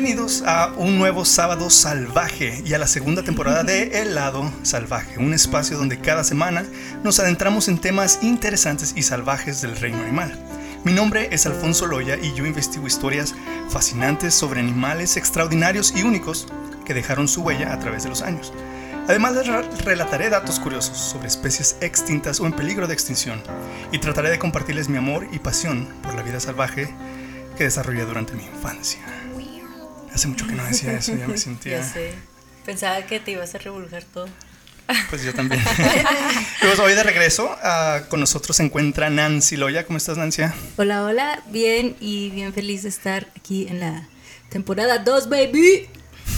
Bienvenidos a un nuevo Sábado Salvaje y a la segunda temporada de El Lado Salvaje, un espacio donde cada semana nos adentramos en temas interesantes y salvajes del reino animal. Mi nombre es Alfonso Loya y yo investigo historias fascinantes sobre animales extraordinarios y únicos que dejaron su huella a través de los años. Además les relataré datos curiosos sobre especies extintas o en peligro de extinción y trataré de compartirles mi amor y pasión por la vida salvaje que desarrollé durante mi infancia. Hace mucho que no decía eso, ya me sentía... Ya sé, pensaba que te ibas a revolver todo. Pues yo también. Pues hoy de regreso, con nosotros se encuentra Nancy Loya. ¿Cómo estás, Nancy? Hola, hola, bien y bien feliz de estar aquí en la temporada 2, baby.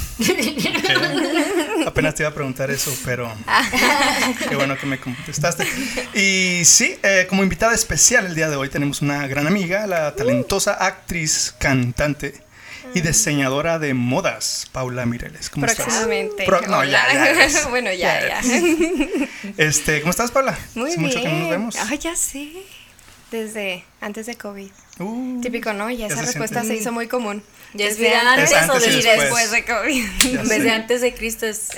Apenas te iba a preguntar eso, pero qué bueno que me contestaste. Y sí, como invitada especial el día de hoy tenemos una gran amiga, la talentosa actriz, cantante y diseñadora de modas, Paula Mireles. ¿Cómo Próximamente. estás? No, ya. Bueno, ya. ¿Cómo estás, Paula? Muy Hace bien. mucho que no nos vemos. Ay, ya sé. Desde antes de COVID. Típico, ¿no? Ya esa se respuesta siente. se hizo muy común. ¿Ya es Desde vida antes antes o y después? después de COVID. Ya sé. Desde antes de Cristo es...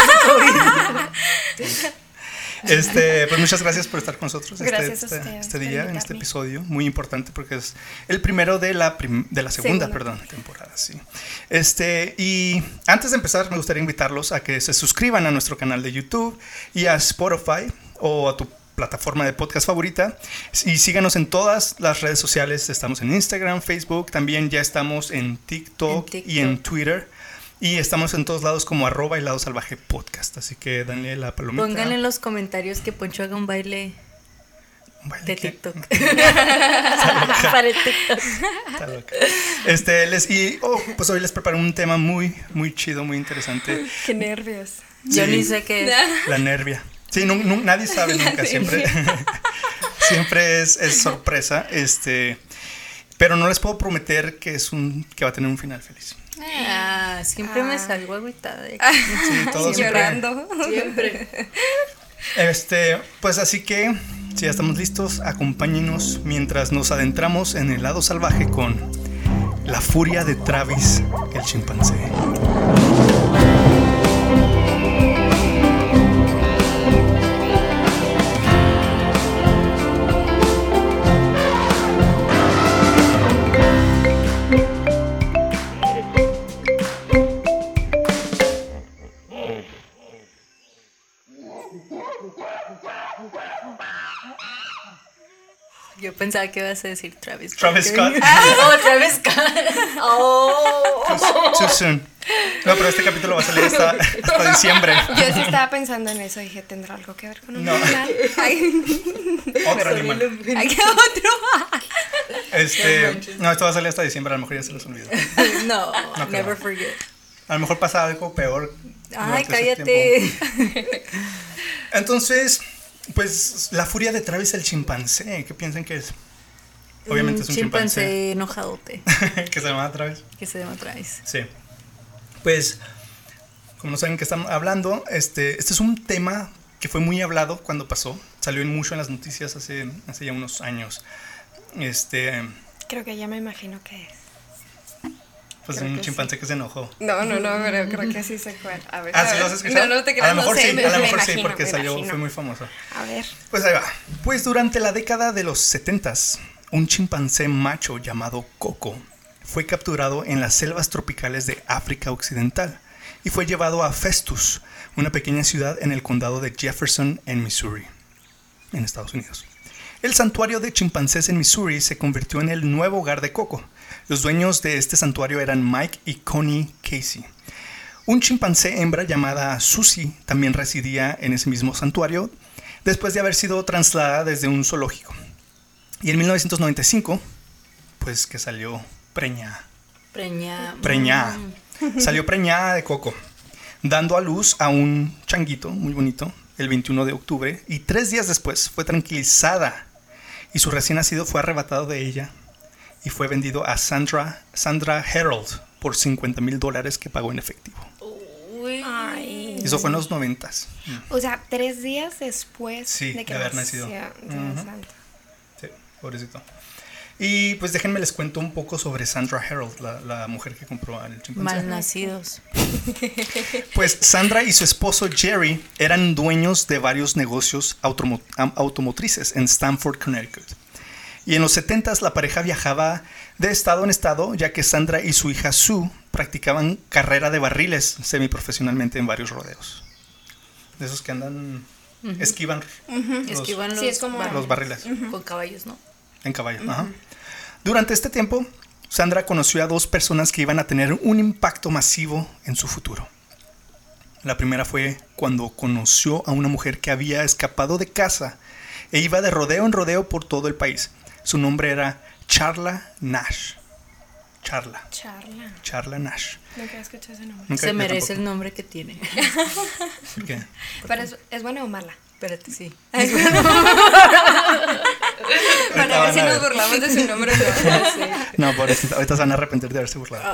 Pues muchas gracias por estar con nosotros Gracias a ustedes este por día, en invitarme. este episodio, muy importante porque es el primero de la segunda temporada, sí. Y antes de empezar me gustaría invitarlos a que se suscriban a nuestro canal de YouTube y a Spotify o a tu plataforma de podcast favorita y síganos en todas las redes sociales. Estamos en Instagram, Facebook, también ya estamos en TikTok y en Twitter. Y estamos en todos lados como @heladosalvajepodcast. Así que denle la palomita. Pónganle en los comentarios que Poncho haga un baile de ¿qué? TikTok. Para el TikTok. Está loca. Pues hoy les preparé un tema muy, muy chido, muy interesante. Qué nervios. Yo Sí. ni sé qué es. La nervia. Sí, nadie sabe nunca, siempre es sorpresa. Pero no les puedo prometer que que va a tener un final feliz. Siempre me salgo agüitada de Sí, todos Llorando. Siempre. Pues así que, si ya estamos listos, acompáñenos mientras nos adentramos en el lado salvaje con la furia de Travis, el chimpancé. Yo pensaba que ibas a decir Travis Scott. Oh, Travis Scott. Oh. Too soon. No, pero este capítulo va a salir hasta diciembre. Yo sí estaba pensando en eso. Dije, ¿tendrá algo que ver con un No. animal? Ay, Otro animal. ¿hay que otro? No, esto va a salir hasta diciembre, a lo mejor ya se los olvidó. No, No creo. never forget. A lo mejor pasa algo peor. Ay, durante ese cállate. tiempo. Entonces, pues la furia de Travis el chimpancé, ¿qué piensan que es? Obviamente es un chimpancé enojadote que se llama Travis. que se llama Travis. Sí. Pues, como no saben que están hablando, este es un tema que fue muy hablado cuando pasó. Salió mucho en las noticias hace ya unos años. Creo que ya me imagino que es. Pues Creo un que chimpancé que se enojó. No, pero creo que sí sé cuál. A ver. ¿Sí lo has escuchado? No te creas, a lo mejor no sé, sí, me a lo mejor sí, imagino, porque me salió, imagino. fue muy famoso. A ver. Pues ahí va. Pues durante la década de los 70s, un chimpancé macho llamado Coco fue capturado en las selvas tropicales de África Occidental y fue llevado a Festus, una pequeña ciudad en el condado de Jefferson, en Missouri, en Estados Unidos. El santuario de chimpancés en Missouri se convirtió en el nuevo hogar de Coco. Los dueños de este santuario eran Mike y Connie Casey. Un chimpancé hembra llamada Susie también residía en ese mismo santuario después de haber sido trasladada desde un zoológico. Y en 1995, pues que salió preñada. Salió preñada de Coco, dando a luz a un changuito muy bonito el 21 de octubre y 3 días después fue tranquilizada y su recién nacido fue arrebatado de ella y fue vendido a Sandra Herold por $50,000 que pagó en efectivo. Uy. Ay. Eso fue en los 90s. O sea, 3 días después Sí, de que de haber nacido. Dios santo. Sí, pobrecito. Y pues déjenme les cuento un poco sobre Sandra Harold, la mujer que compró al chimpancé. Malnacidos. Pues Sandra y su esposo Jerry eran dueños de varios negocios automotrices en Stamford, Connecticut. Y en los 70s la pareja viajaba de estado en estado, ya que Sandra y su hija Sue practicaban carrera de barriles semiprofesionalmente en varios rodeos. De esos que andan, esquivan, Esquivan Sí, es como los barriles. con caballos, ¿no? En caballo, ajá. Durante este tiempo, Sandra conoció a dos personas que iban a tener un impacto masivo en su futuro. La primera fue cuando conoció a una mujer que había escapado de casa e iba de rodeo en rodeo por todo el país. Su nombre era Charla Nash. Charla Nash. Nunca he escuchado ese nombre. Nunca- Se yo merece tampoco. el nombre que tiene. ¿Por qué? Pero es buena o mala. Espérate, sí. Para ver si van a nos ver. burlamos de su nombre. No, pobrecita, ahorita se van a arrepentir de haberse burlado.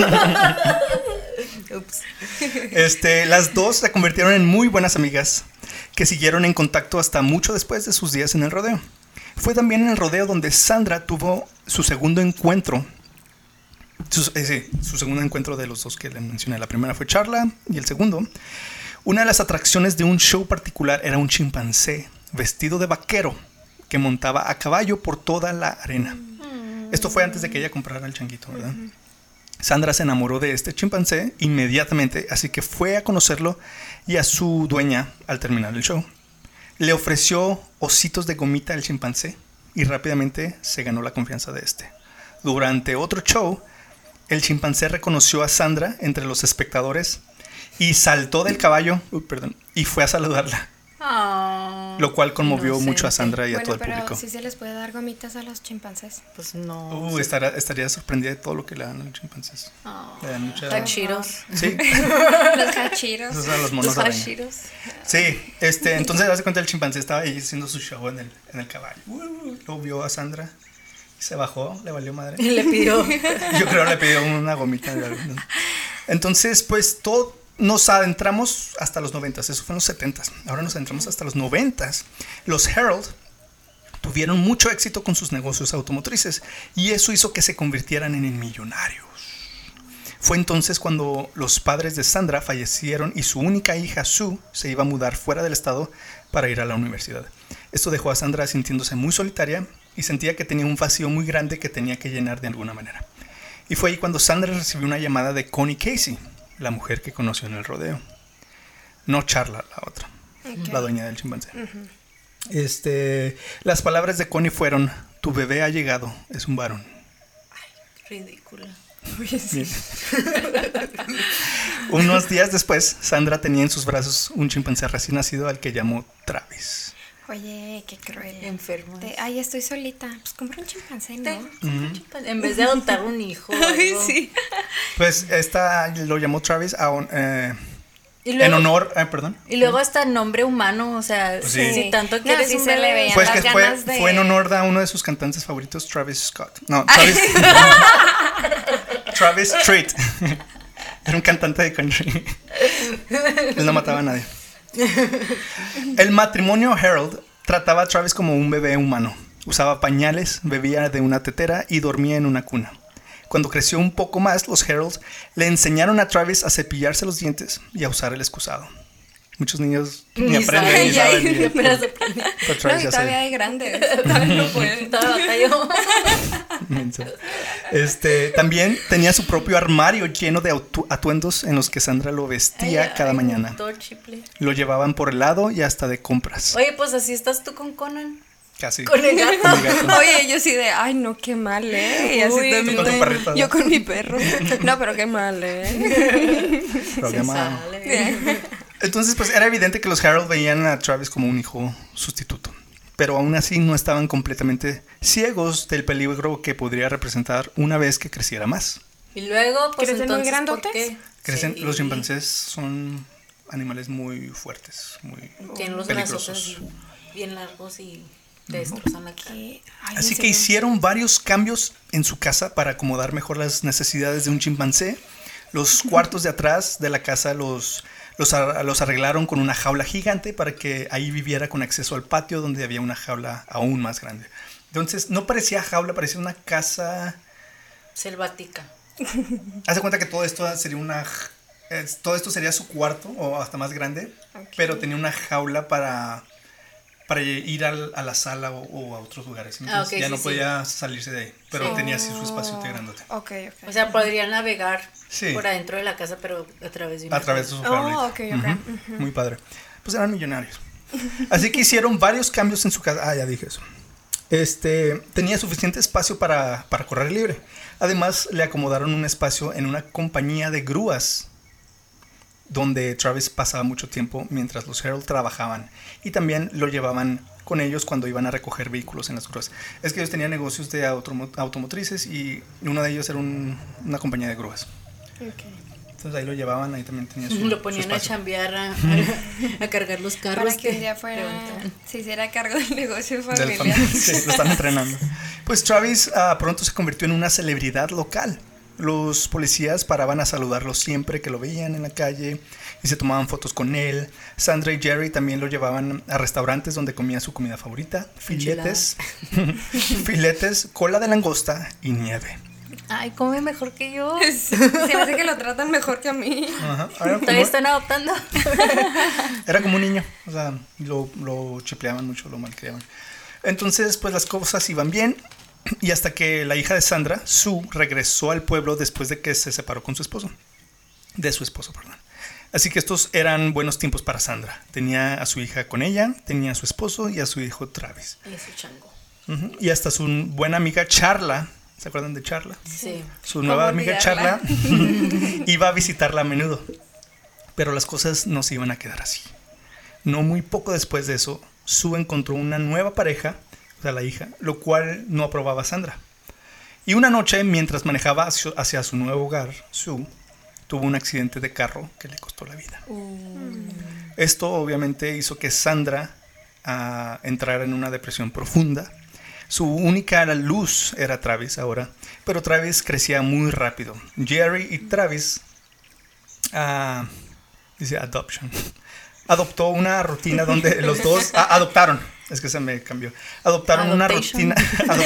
Ups. Las dos se convirtieron en muy buenas amigas que siguieron en contacto hasta mucho después de sus días en el rodeo. Fue también en el rodeo donde Sandra tuvo su segundo encuentro. Su segundo encuentro de los dos que le mencioné. La primera fue Charla y el segundo. Una de las atracciones de un show particular era un chimpancé vestido de vaquero que montaba a caballo por toda la arena. Esto fue antes de que ella comprara el changuito, ¿verdad? Sandra se enamoró de este chimpancé inmediatamente, así que fue a conocerlo y a su dueña al terminar el show. Le ofreció ositos de gomita al chimpancé y rápidamente se ganó la confianza de este. Durante otro show, el chimpancé reconoció a Sandra entre los espectadores y saltó del caballo y fue a saludarla, Oh, lo cual conmovió inocente. mucho a Sandra y a todo Bueno, el pero público. sí se les puede dar gomitas a los chimpancés. Pues no. Estaría sorprendida de todo lo que le dan a los chimpancés. Oh, Le dan mucha... Hachiros. Sí, Los hachiros. esos son los monos Los de araña. hachiros. Sí, entonces hace cuenta el chimpancé estaba ahí haciendo su show en el caballo. Lo vio a Sandra y se bajó, le valió madre. Y le pidió. Yo creo que le pidió una gomita de algo, ¿no? Entonces, pues nos adentramos hasta los 90s, eso fue en los 70s. Ahora nos adentramos hasta los 90s. Los Harold tuvieron mucho éxito con sus negocios automotrices y eso hizo que se convirtieran en millonarios. Fue entonces cuando los padres de Sandra fallecieron y su única hija Sue se iba a mudar fuera del estado para ir a la universidad. Esto dejó a Sandra sintiéndose muy solitaria y sentía que tenía un vacío muy grande que tenía que llenar de alguna manera. Y fue ahí cuando Sandra recibió una llamada de Connie Casey, la mujer que conoció en el rodeo. No Charla, la otra, la dueña del chimpancé. Las palabras de Connie fueron: tu bebé ha llegado, es un varón. Ridícula. Bien. Unos días después, Sandra tenía en sus brazos un chimpancé recién nacido al que llamó Travis. Oye, qué cruel. Enfermo. Ay, estoy solita. Pues compra un chimpancé, ¿no? En vez de adoptar un hijo. Ay, algo. sí. Pues esta lo llamó Travis Y luego, en honor, perdón. Y luego hasta nombre humano, o sea, Pues sí. si tanto No, quieres sí un se le bebé. veían Pues las que fue ganas de- en honor a uno de sus cantantes favoritos, Travis Scott. No, Travis Tritt. Era un cantante de country. Él no mataba a nadie. El matrimonio Harold trataba a Travis como un bebé humano. Usaba pañales, bebía de una tetera y dormía en una cuna. Cuando creció un poco más, los Harold le enseñaron a Travis a cepillarse los dientes y a usar el excusado. Muchos niños ni aprenden ni saben, saben. ya, apenas aprendí. Pero No, Travis y ya todavía sabe. hay grandes. Todavía no pueden. Todavía batalló. Menso. También tenía su propio armario lleno de atuendos en los que Sandra lo vestía cada mañana. Todo chiple. Lo llevaban por helado y hasta de compras. Oye, pues así estás tú con Conan. Casi. Con el gato. Con mi gato. Oye, yo sí de, ay, no, qué mal, ¿eh? Y así Uy, también. tú con tu perrito, Yo ¿no? con mi perro. No, pero qué mal, ¿eh? Problema. Sale. Entonces, pues era evidente que los Harold veían a Travis como un hijo sustituto. Pero aún así no estaban completamente ciegos del peligro que podría representar una vez que creciera más. Y luego, pues ¿Crecen muy entonces, grandotes? ¿por qué? Sí. Los chimpancés son animales muy fuertes, muy Tienen los peligrosos. brazos bien largos y te destrozan la cara. Ay, Así ¿en que serio? hicieron varios cambios en su casa para acomodar mejor las necesidades de un chimpancé. Los cuartos de atrás de la casa los arreglaron con una jaula gigante para que ahí viviera con acceso al patio donde había una jaula aún más grande. Entonces, no parecía jaula, parecía una casa selvática. Haz de cuenta que todo esto sería todo esto sería su cuarto o hasta más grande, pero tenía una jaula para ir a la sala o a otros lugares. Entonces ya no podía salirse de ahí, pero tenía así su espacio grandote. O sea, podría navegar por adentro de la casa, pero a través de su jaula. Muy padre. Pues eran millonarios. Así que hicieron varios cambios en su casa. Ya dije eso. Tenía suficiente espacio para correr libre. Además, le acomodaron un espacio en una compañía de grúas donde Travis pasaba mucho tiempo mientras los Herald trabajaban, y también lo llevaban con ellos cuando iban a recoger vehículos en las grúas. Es que ellos tenían negocios de automotrices y uno de ellos era una compañía de grúas. Entonces ahí lo llevaban, ahí también tenía lo ponían a chambear, a cargar los carros. Para que un día se hiciera cargo del negocio familiar. Sí, lo están entrenando. Pues Travis pronto se convirtió en una celebridad local. Los policías paraban a saludarlo siempre que lo veían en la calle y se tomaban fotos con él. Sandra y Jerry también lo llevaban a restaurantes donde comía su comida favorita: filetes, cola de langosta y nieve. Ay, come mejor que yo. Se me hace que lo tratan mejor que a mí. Todavía están adoptando. Era como un niño, o sea, lo chipleaban mucho, lo malcriaban. Entonces, pues las cosas iban bien. Y hasta que la hija de Sandra, Sue, regresó al pueblo después de que se separó con su esposo. Así que estos eran buenos tiempos para Sandra. Tenía a su hija con ella, tenía a su esposo y a su hijo Travis. Y a su chango. Y hasta su buena amiga Charla. ¿Se acuerdan de Charla? Sí. Su nueva amiga Charla iba a visitarla a menudo. Pero las cosas no se iban a quedar así. No muy poco después de eso, Sue encontró una nueva pareja, a la hija, lo cual no aprobaba Sandra. Y una noche, mientras manejaba hacia su nuevo hogar, Sue tuvo un accidente de carro que le costó la vida. Esto obviamente hizo que Sandra entrara en una depresión profunda. Su única luz era Travis ahora, pero Travis crecía muy rápido. Jerry y Travis adoptó una rutina donde los dos adoptaron. Es que se me cambió. Adoptaron una rutina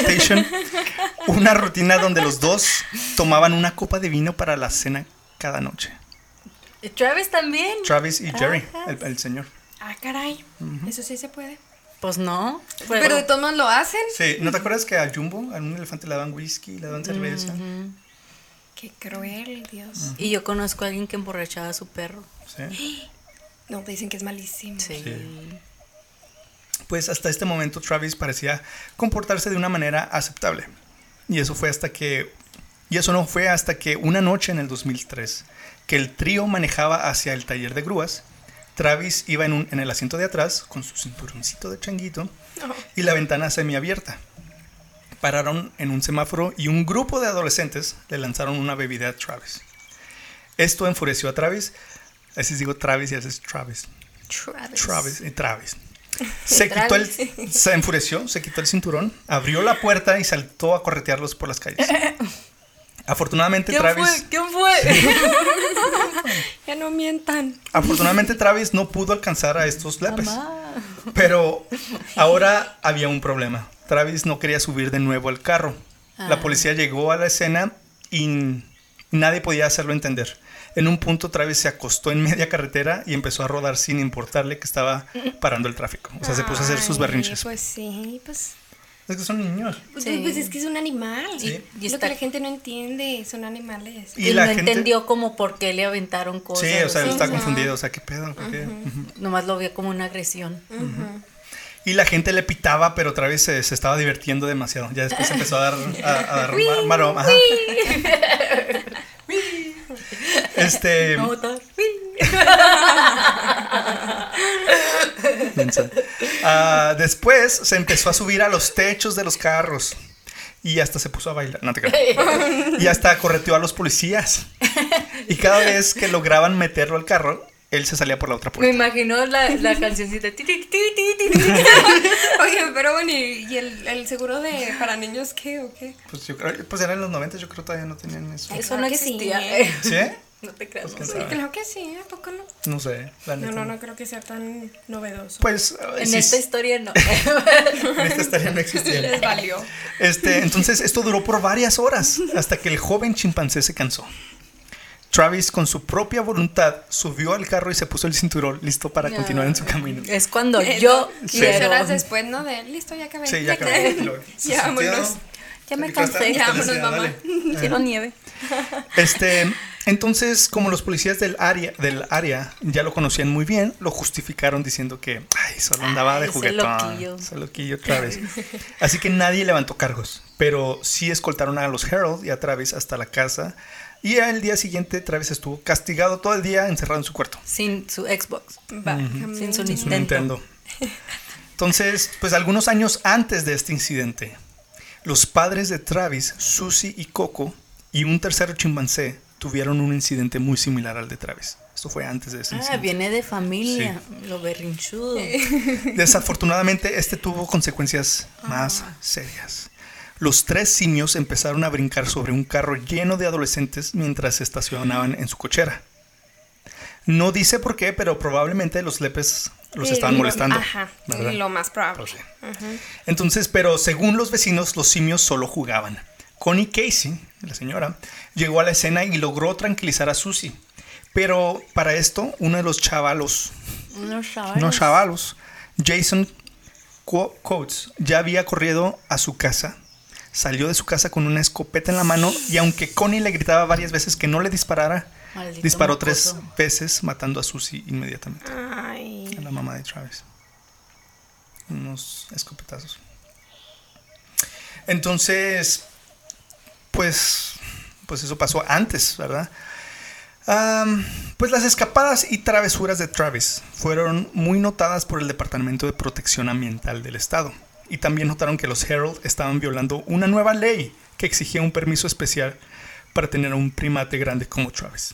donde los dos tomaban una copa de vino para la cena cada noche. ¿Travis también? Travis y Jerry, el señor. Caray. Eso sí se puede. Pues no. Pero de todos modos lo hacen. Sí, ¿no te acuerdas que a Jumbo, a un elefante le daban whisky, le daban cerveza? Qué cruel, Dios. Y yo conozco a alguien que emborrachaba a su perro. Sí. No, te dicen que es malísimo. Sí. Pues hasta este momento Travis parecía comportarse de una manera aceptable. Y eso no fue hasta que una noche en el 2003, que el trío manejaba hacia el taller de grúas. Travis iba en el asiento de atrás con su cinturoncito de changuito y la ventana semiabierta. Pararon en un semáforo y un grupo de adolescentes le lanzaron una bebida a Travis. Esto enfureció a Travis. Así digo Travis y así es Travis. Travis. Se enfureció, se quitó el cinturón, abrió la puerta y saltó a corretearlos por las calles. Afortunadamente ¿Quién fue? Ya no mientan. Afortunadamente Travis no pudo alcanzar a estos lepes. Pero ahora había un problema. Travis no quería subir de nuevo al carro. La policía llegó a la escena y nadie podía hacerlo entender. En un punto Travis se acostó en media carretera y empezó a rodar sin importarle que estaba parando el tráfico. O sea, se puso a hacer sus berrinches. Pues sí, pues... Es que son niños. Pues es que es un animal. Sí. Y lo que la gente no entiende, son animales. Y la gente entendió como por qué le aventaron cosas. Sí, o sea, él está confundido. O sea, ¿qué pedo? ¿Por qué? Nomás lo vio como una agresión. Y la gente le pitaba, pero Travis se estaba divirtiendo demasiado. Ya después empezó a dar maroma. Después se empezó a subir a los techos de los carros y hasta se puso a bailar. No te creas. Y hasta correteó a los policías. Y cada vez que lograban meterlo al carro, él se salía por la otra puerta. Me imagino la cancioncita. Oye, pero bueno, ¿y el seguro para niños qué o qué? Pues yo creo, pues era en los 90, yo creo que todavía no tenían eso. Eso no existía. ¿Sí? No te creas. Pues, Sí, creo que sí, ¿a poco no? No sé, la neta. No creo que sea tan novedoso. Pues En esta historia no. en esta historia no existía. Les valió. Entonces esto duró por varias horas hasta que el joven chimpancé se cansó. Travis, con su propia voluntad, subió al carro y se puso el cinturón listo para continuar en su camino. Es cuando yo Tres quiero. horas después, ¿no? Listo, ya acabé. Sí, ya acabé. Ya vámonos. Ya me cansé. Ya vámonos, mamá. Dale. Quiero nieve. Entonces, como los policías del área ya lo conocían muy bien, lo justificaron diciendo que solo andaba de juguetón. Ese loquillo Travis. Así que nadie levantó cargos, pero sí escoltaron a los Herald y a Travis hasta la casa. Y al día siguiente Travis estuvo castigado todo el día encerrado en su cuarto. Sin su Xbox. Sin su Su Nintendo. Entonces, pues algunos años antes de este incidente, los padres de Travis, Susie y Coco, y un tercero chimpancé tuvieron un incidente muy similar al de Travis. Esto fue antes de ese incidente. Viene de familia. Lo berrinchudo. Desafortunadamente, este tuvo consecuencias más serias. Los 3 simios empezaron a brincar sobre un carro lleno de adolescentes mientras se estacionaban en su cochera. No dice por qué, pero probablemente los lepes los estaban molestando. Ajá, ¿verdad? lo más probable. Pues sí. Entonces, pero según los vecinos, los simios solo jugaban. Connie Casey, la señora, llegó a la escena y logró tranquilizar a Susie. Pero para esto, uno de los chavalos, Jason Coates, ya había corrido a su casa. Salió de su casa con una escopeta en la mano y aunque Connie le gritaba varias veces que no le disparara, Maldito disparó mocoso. 3 veces, matando a Susie inmediatamente. Ay. A la mamá de Travis. Unos escopetazos. Entonces, pues eso pasó antes, ¿verdad? Pues las escapadas y travesuras de Travis fueron muy notadas por el Departamento de Protección Ambiental del Estado. Y también notaron que los Herald estaban violando una nueva ley que exigía un permiso especial para tener a un primate grande como Travis.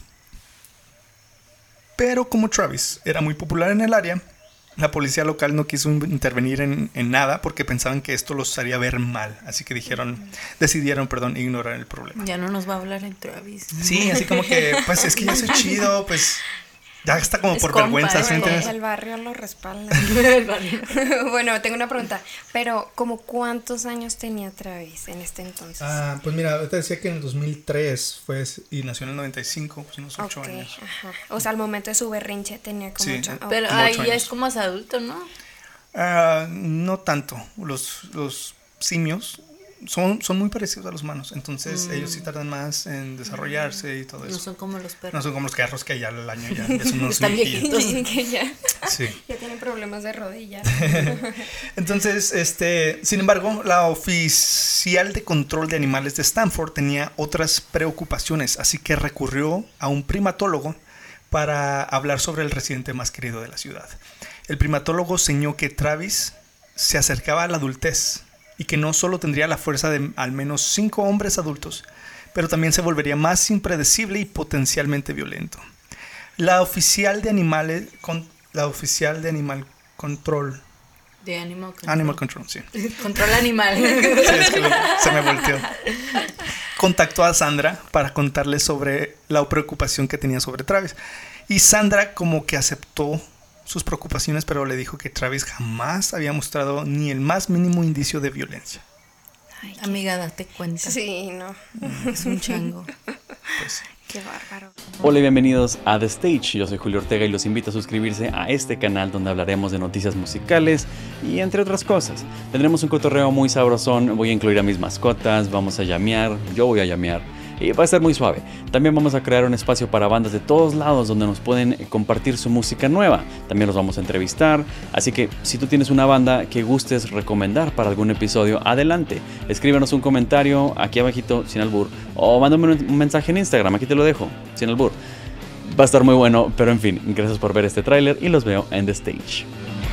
Pero como Travis era muy popular en el área, la policía local no quiso intervenir en nada porque pensaban que esto los haría ver mal. Así que decidieron ignorar el problema. Ya no nos va a hablar en Travis. Sí, así como que, pues es que ya soy chido, pues ya está como Es por compa, vergüenza. ¿Sí entiendes? El barrio lo respalda. Bueno, tengo una pregunta. Pero, ¿como cuántos años tenía Travis en este entonces? Pues mira, ahorita decía que en el 2003 fue y nació en el 95, pues unos 8 años. Ajá. O sea, al momento de su berrinche tenía como Sí, 8 años. Pero como ahí 8 ya años. es como adulto, ¿no? No tanto. Los simios son muy parecidos a los humanos. Entonces ellos sí tardan más en desarrollarse y todo No eso. son como los perros. No son como los carros que ya al año ya son unos Están viejillos. viejitos. Que ya, Sí. ya tienen problemas de rodillas. Entonces, sin embargo, la oficial de control de animales de Stanford tenía otras preocupaciones, así que recurrió a un primatólogo para hablar sobre el residente más querido de la ciudad. El primatólogo señaló que Travis se acercaba a la adultez y que no solo tendría la fuerza de al menos 5 hombres adultos, pero también se volvería más impredecible y potencialmente violento. La oficial de animal control. De Animal Control. Animal Control, sí. Control animal. Sí, es que se me volteó. Contactó a Sandra para contarle sobre la preocupación que tenía sobre Travis. Y Sandra como que aceptó sus preocupaciones, pero le dijo que Travis jamás había mostrado ni el más mínimo indicio de violencia. Ay, amiga, date cuenta. Sí, no. Es un chango. Pues sí. Qué bárbaro. Hola y bienvenidos a The Stage, yo soy Julio Ortega y los invito a suscribirse a este canal donde hablaremos de noticias musicales y entre otras cosas. Tendremos un cotorreo muy sabrosón, voy a incluir a mis mascotas, vamos a llamear, yo voy a llamear y va a estar muy suave. También vamos a crear un espacio para bandas de todos lados donde nos pueden compartir su música nueva. También los vamos a entrevistar, así que si tú tienes una banda que gustes recomendar para algún episodio, adelante. Escríbenos un comentario aquí abajito, sin albur, o mándame un mensaje en Instagram, aquí te lo dejo, sin albur. Va a estar muy bueno, pero en fin, gracias por ver este tráiler y los veo en The Stage.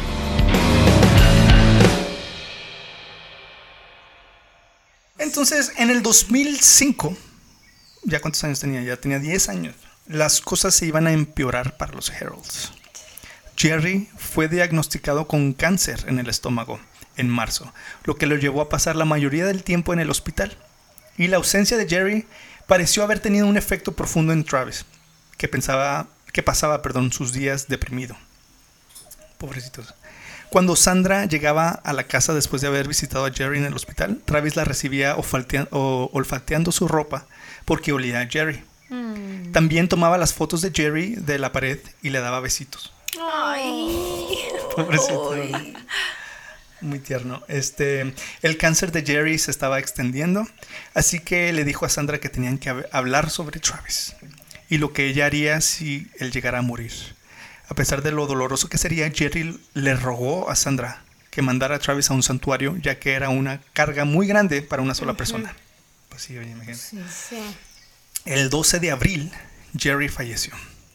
Entonces, en el 2005, ¿ya cuántos años tenía? Ya tenía 10 años. Las cosas se iban a empeorar para los Heralds. Jerry fue diagnosticado con cáncer en el estómago en marzo, lo que lo llevó a pasar la mayoría del tiempo en el hospital. Y la ausencia de Jerry pareció haber tenido un efecto profundo en Travis. que pasaba, sus días deprimido. Pobrecitos. Cuando Sandra llegaba a la casa después de haber visitado a Jerry en el hospital, Travis la recibía olfateando su ropa porque olía a Jerry. También tomaba las fotos de Jerry de la pared y le daba besitos. Ay. Pobrecito. Muy tierno. El cáncer de Jerry se estaba extendiendo, así que le dijo a Sandra que tenían que hablar sobre Travis y lo que ella haría si él llegara a morir. A pesar de lo doloroso que sería, Jerry le rogó a Sandra que mandara a Travis a un santuario, ya que era una carga muy grande para una sola persona. Pues sí, oye, imagínate. Sí. El 12 de abril, Jerry falleció.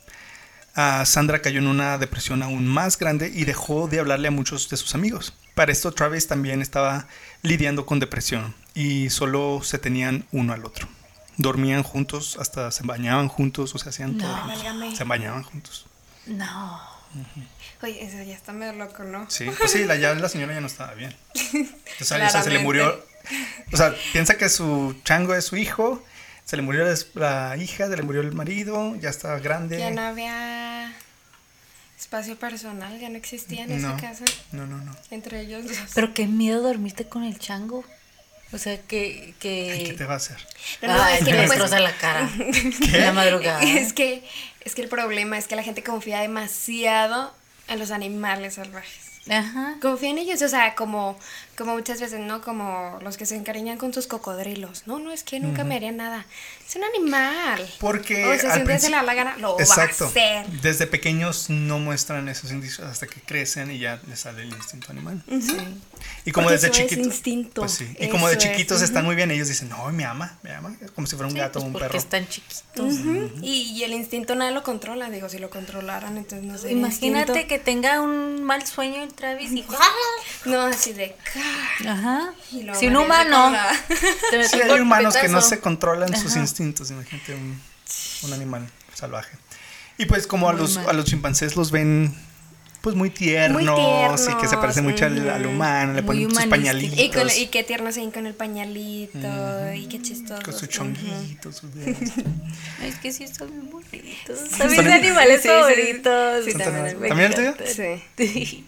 Sandra cayó en una depresión aún más grande y dejó de hablarle a muchos de sus amigos. Para esto, Travis también estaba lidiando con depresión y solo se tenían uno al otro. Dormían juntos, hasta se bañaban juntos, o sea, hacían todo juntos. Válgame. Se bañaban juntos. No. Oye, eso ya está medio loco, ¿no? Sí, pues sí, la señora ya no estaba bien. O sea, se le murió. O sea, piensa que su chango es su hijo, se le murió la hija, se le murió el marido, ya estaba grande. Ya no había espacio personal, ya no existía en esa casa. No. Entre ellos dos. Pero qué miedo dormirte con el chango. O sea, que... Ay, ¿qué te va a hacer? No, es que que me no, pues, destroza la cara. En la madrugada. es que el problema es que la gente confía demasiado en los animales salvajes. Ajá. Confía en ellos, o sea, como muchas veces, ¿no? Como los que se encariñan con sus cocodrilos. No, es que nunca me haría nada. Es un animal. Porque o sea, si un día se le da la gana, lo exacto, va a hacer. Desde pequeños no muestran esos indicios hasta que crecen y ya les sale el instinto animal. Sí. Y como Porque desde eso es chiquitos. instinto. Pues sí. Y como de Eso es, chiquitos están muy bien, ellos dicen, no, me ama. Como si fuera un gato o un porque perro. están chiquitos. Y el instinto nadie lo controla. Digo, si lo controlaran, entonces no sé. Imagínate que tenga un mal sueño el Travis y... No, así de... Ajá. Y luego Si un amanece humano... con la- te mete Sí, un hay humanos que no golpetazo. se controlan sus instintos. Imagínate un animal salvaje. Y pues como a los chimpancés los ven pues muy tiernos, y que se parecen mucho al humano, le Muy ponen sus humanísticos. pañalitos. Y qué tiernos ahí con el pañalito. Y qué chistoso. Con su chonguito, sus dedos. Ay, es que sí están muy bonitos. Son Son mis animales sí, favoritos. sí, Son también tan- me ¿También el tuyo? encantan. Sí.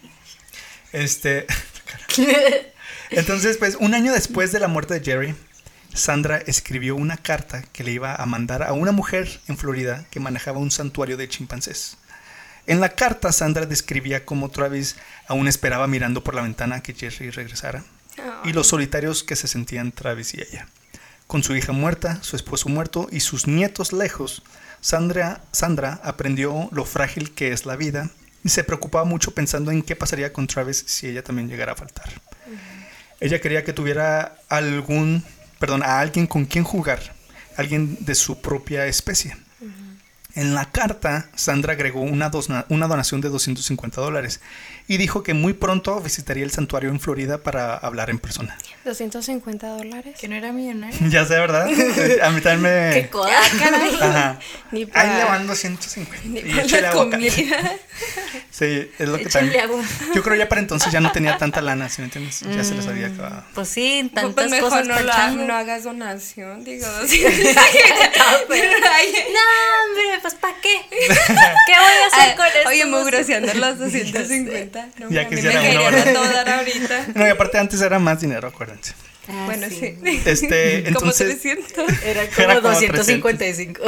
Entonces, pues, un año después de la muerte de Jerry, Sandra escribió una carta que le iba a mandar a una mujer en Florida que manejaba un santuario de chimpancés. En la carta, Sandra describía cómo Travis aún esperaba mirando por la ventana que Jerry regresara y los solitarios que se sentían Travis y ella. Con su hija muerta, su esposo muerto y sus nietos lejos, Sandra aprendió lo frágil que es la vida y se preocupaba mucho pensando en qué pasaría con Travis si ella también llegara a faltar. Ella quería que tuviera a alguien con quien jugar, alguien de su propia especie. En la carta, Sandra agregó una donación de $250 y dijo que muy pronto visitaría el santuario en Florida para hablar en persona. $250. Que no era millonario. Ya sé, ¿verdad? A mí también me... Qué coda. Caray. Ajá. Ni Ahí para le van 250. ni Y para échale la aguacate. comida. Sí, es lo que Échale también... agua. Yo creo ya para entonces ya no tenía tanta lana, ¿sí me entiendes? Ya se les había acabado. Pues sí, Pues tantas mejor cosas para el chango. no hagas donación, digo. No, hombre, pues ¿para qué? ¿Qué voy a hacer con esto? Oye, mugroseando los 250. No, Ya a mí quisiera me uno, querían ¿verdad? a todo dar ahorita. No, y aparte antes era más dinero, acuérdense. Ah, Bueno, sí. Como Entonces, 300. Era como, Era como 255.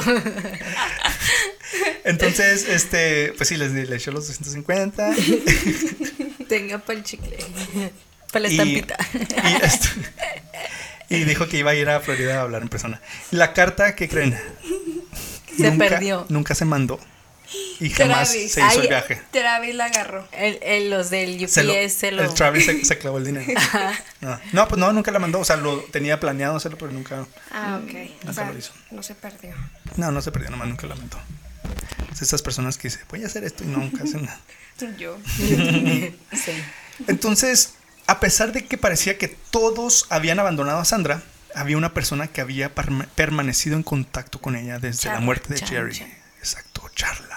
entonces, pues sí, le echó los 250. Tenga para el chicle. Para la Y- estampita. Y dijo que iba a ir a Florida a hablar en persona. La carta, ¿qué creen? Se perdió. Nunca se mandó. Y jamás Travis. se hizo el Ay, viaje. Travis la agarró. Los del UPS El Travis se clavó el dinero. No, pues no, nunca la mandó. O sea, lo tenía planeado hacerlo, pero nunca. Ah, ok. No O se sea, lo hizo. no se perdió. No se perdió, nomás nunca la mandó. Es esas personas que dicen, voy a hacer esto y nunca hacen nada. Yo. Sí. Entonces, a pesar de que parecía que todos habían abandonado a Sandra, había una persona que había permanecido en contacto con ella desde la muerte de Jerry. Exacto, Charla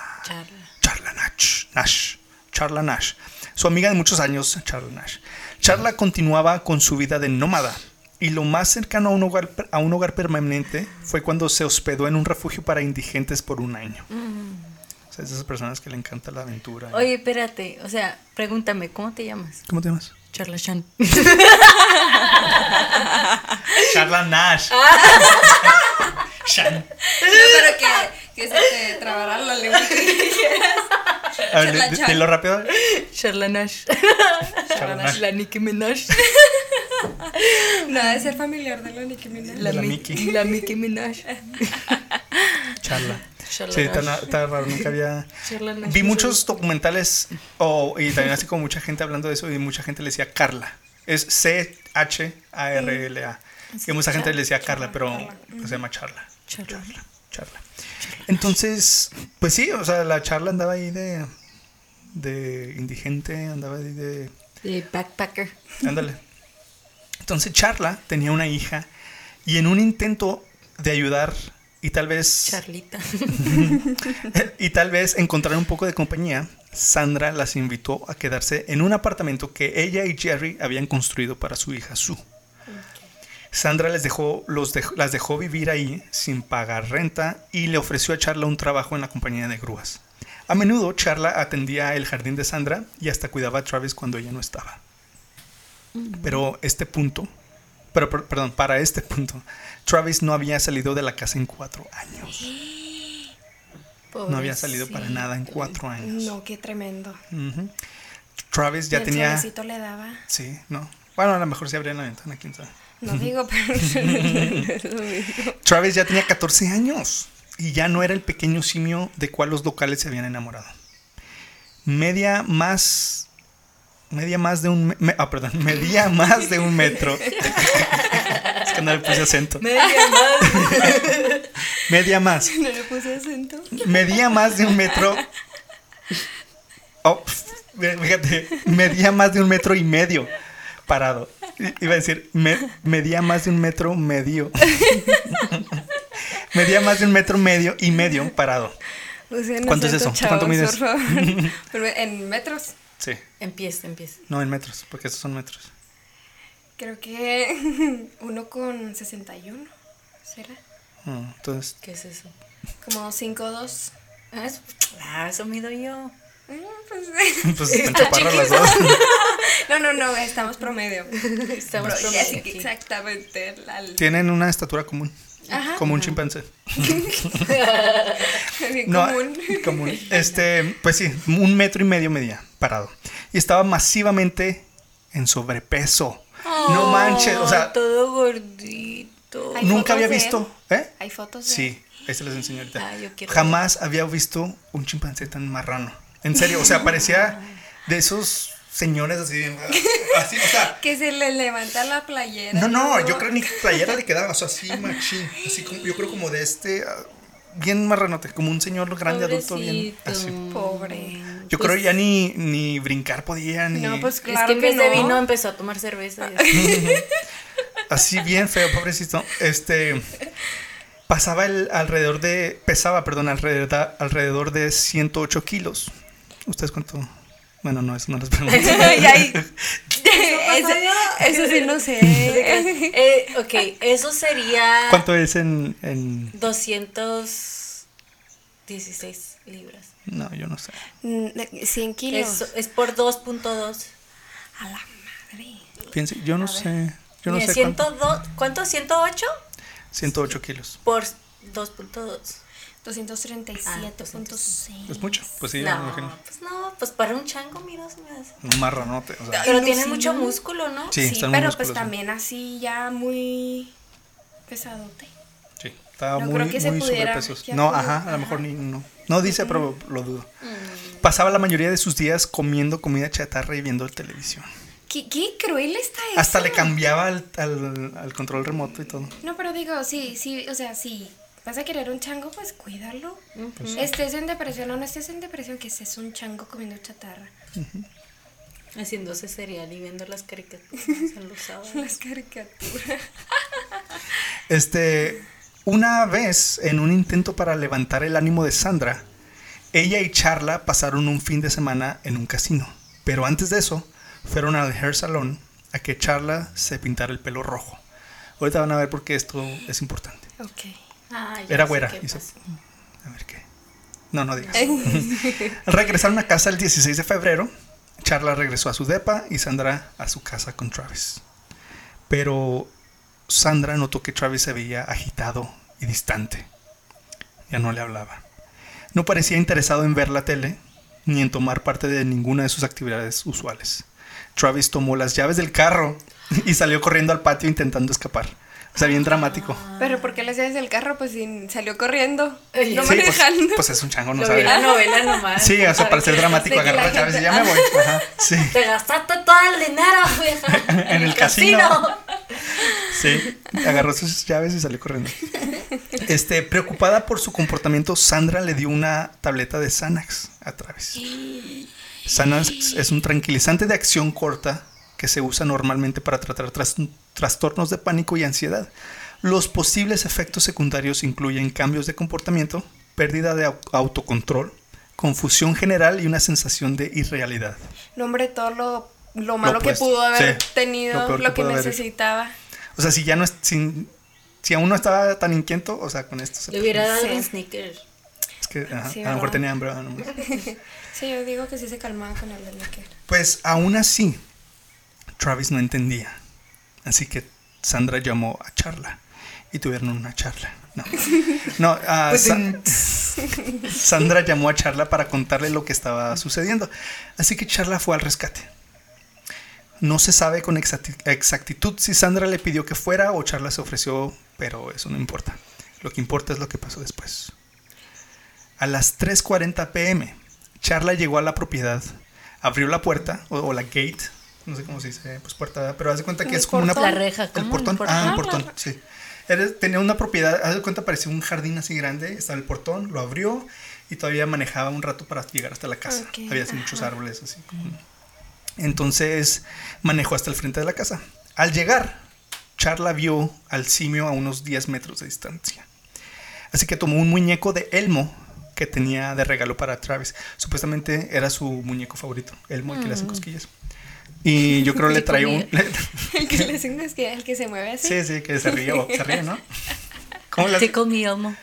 Nash. Su amiga de muchos años, Charla Nash. Charla continuaba con su vida de nómada. Y lo más cercano a un hogar permanente fue cuando se hospedó en un refugio para indigentes por un año. O sea, esas personas que le encanta la aventura. Oye, espérate, o sea, pregúntame, ¿cómo te llamas? ¿Cómo te llamas? Charla Chan. Charla Nash. Shan. No, pero que se te trabara la lengua. A ver, dilo rápido. Charla Nash. Charla Nash. La Nicki Minaj. No ha de ser familiar de la Nicki Minaj. La Mickey. La Nicki Minaj. Charla. Charla Sí, Nash. está raro, nunca había... Charla Nash. Vi muchos documentales y también así como mucha gente hablando de eso y mucha gente le decía Carla. Es Charla. Y mucha gente le decía Carla, pero se llama Charla. Charla. Entonces, pues sí, o sea, la Charla andaba ahí de indigente, andaba ahí de... De backpacker. Ándale. Entonces Charla tenía una hija y en un intento de ayudar y tal vez... Charlita. y tal vez encontrar un poco de compañía, Sandra las invitó a quedarse en un apartamento que ella y Jerry habían construido para su hija Sue. Sandra las dejó vivir ahí sin pagar renta y le ofreció a Charla un trabajo en la compañía de grúas. A menudo Charla atendía el jardín de Sandra y hasta cuidaba a Travis cuando ella no estaba. Para este punto, Travis no había salido de la casa en 4 años. No había salido para nada en 4 años. No, qué tremendo. Uh-huh. Travis ya ¿Y tenía... el solecito le daba? Sí, no. Bueno, a lo mejor se abría la ventana, quién sabe. No digo, pero es lo mismo. Travis ya tenía 14 años y ya no era el pequeño simio de cual los locales se habían enamorado. Medía más de un metro. Es que no le puse acento. Media más. No le puse acento. Medía más de un metro. Oh, fíjate, medía más de 1,5 metros parado. Iba a decir, medía más de 1 metro medio. Medía más de 1,5 metros parado. O sea, ¿Cuánto es eso? Chavos, ¿Cuánto mides? Por favor. ¿En metros? Sí. Empieza. No, en metros, porque esos son metros. Creo que 1,61. ¿Será? Entonces, ¿Qué es eso? Como 5'2". Eso mido yo. pues están chaparras las dos. No, estamos promedio. Estamos Así promedio que aquí. exactamente. Tienen una estatura común. Ajá. Como un chimpancé. Bien No, común. Pues sí, 1,5 metros medía parado. Y estaba masivamente en sobrepeso. No manches, o sea, todo gordito. Ay, nunca había fotos de visto. ¿Eh? Hay fotos de Sí, ahí se les enseño ahorita. Ah, yo quiero Jamás había visto un chimpancé tan marrano. En serio, o sea, parecía de esos señores así, o sea. que se le levanta la playera. No, yo creo ni playera le quedaba, o sea, así machín, así como, yo creo como de bien marranote, como un señor grande adulto bien así. Pobre. Yo creo ya ni brincar podía, ni No, pues Es claro que en vez no. de vino empezó a tomar cerveza. y así. así bien feo, pobrecito. Pesaba alrededor de 108 kilos. ¿Ustedes cuánto? Bueno, no, eso no les pregunto. Eso sí no sé. Ok, eso sería ¿Cuánto es en 216 libras. No, yo no sé. 100 kilos. Eso es por 2.2. A la madre. Fíjense, yo no sé. Yo no Mira, sé cuánto. 102, ¿cuánto? 108 108 kilos. por 2.2. 237.6. ¿Es mucho? Pues sí, ya me No, imagino. pues para un chango, mira, se me hace. Un marranote, o sea. Pero no, tiene sí, mucho ¿no? músculo, ¿no? Sí, Sí, están muy pero pues musculosos. también así ya muy pesadote. Sí, estaba No muy, creo que se muy pudiera, sobrepesos. ya No, pudo, ajá, a ajá. lo mejor no dice, pero lo dudo. Pasaba la mayoría de sus días comiendo comida chatarra y viendo televisión. ¿Qué cruel está eso? Hasta le cambiaba al control remoto y todo. No, pero digo, sí, o sea, si vas a querer un chango, pues cuídalo. Pues Estés en depresión o no estés en depresión, que seas un chango comiendo chatarra. Haciéndose cereal y viendo las caricaturas en los sábados. Las caricaturas. Una vez, en un intento para levantar el ánimo de Sandra, ella y Charla pasaron un fin de semana en un casino. Pero antes de eso, fueron al hair salon a que Charla se pintara el pelo rojo. Ahorita van a ver por qué esto es importante. Ok. Era güera. A ver qué. No digas. Regresaron a casa el 16 de febrero. Charla regresó a su depa y Sandra a su casa con Travis. Pero Sandra notó que Travis se veía agitado y distante. Ya no le hablaba. No parecía interesado en ver la tele ni en tomar parte de ninguna de sus actividades usuales. Travis tomó las llaves del carro y salió corriendo al patio intentando escapar. O sea, bien dramático. Pero ¿por qué las llaves del carro? Pues salió corriendo. No Sí, manejando. pues es un chango, no Lo vi en sabe. la novela nomás. Sí, o sea, para ser dramático, de que agarró la las llaves y gente- ya me voy. Ajá, sí. Te gastaste todo el dinero, vieja. En el casino. Sí, agarró sus llaves y salió corriendo. Preocupada por su comportamiento, Sandra le dio una tableta de Xanax a Travis. Xanax es un tranquilizante de acción corta que se usa normalmente para tratar trastornos de pánico y ansiedad. Los posibles efectos secundarios incluyen cambios de comportamiento, pérdida de autocontrol, confusión general y una sensación de irrealidad. No, hombre, todo lo malo que opuesto. pudo haber Sí, tenido, lo peor lo que que pudo haber. necesitaba. O sea, si ya no es, si aún no estaba tan inquieto, o sea, con esto se Le hubiera dado Sí. un sneaker. es que ajá, Sí, a lo mejor ¿verdad? tenía hambre. ¿No? Sí, yo digo que sí se calmaba con el sneaker. Pues aún así, Travis no entendía. Así que Sandra llamó a Charla y tuvieron una charla. No, Sandra llamó a Charla para contarle lo que estaba sucediendo. Así que Charla fue al rescate. No se sabe con exactitud si Sandra le pidió que fuera o Charla se ofreció, pero eso no importa. Lo que importa es lo que pasó después. A las 3:40 p.m., Charla llegó a la propiedad, abrió la puerta, o la gate, no sé cómo se dice, pues puerta, pero haz de cuenta que ¿El es como una... portón? La reja, El ¿cómo? portón, ¿El portón? el portón, sí. Tenía una propiedad, haz de cuenta, parecía un jardín así grande, estaba el portón, lo abrió y todavía manejaba un rato para llegar hasta la casa. Ok, Había así muchos árboles, así como... Entonces manejó hasta el frente de la casa. Al llegar, Charla vio al simio a unos 10 metros de distancia. Así que tomó un muñeco de Elmo que tenía de regalo para Travis. Supuestamente era su muñeco favorito, Elmo, el que le hace cosquillas. Y yo creo le trae un... El que le hacen es que el que se mueve así. Sí, que se ríe, ¿no? ¿Cómo le hace? Tickle me, Elmo.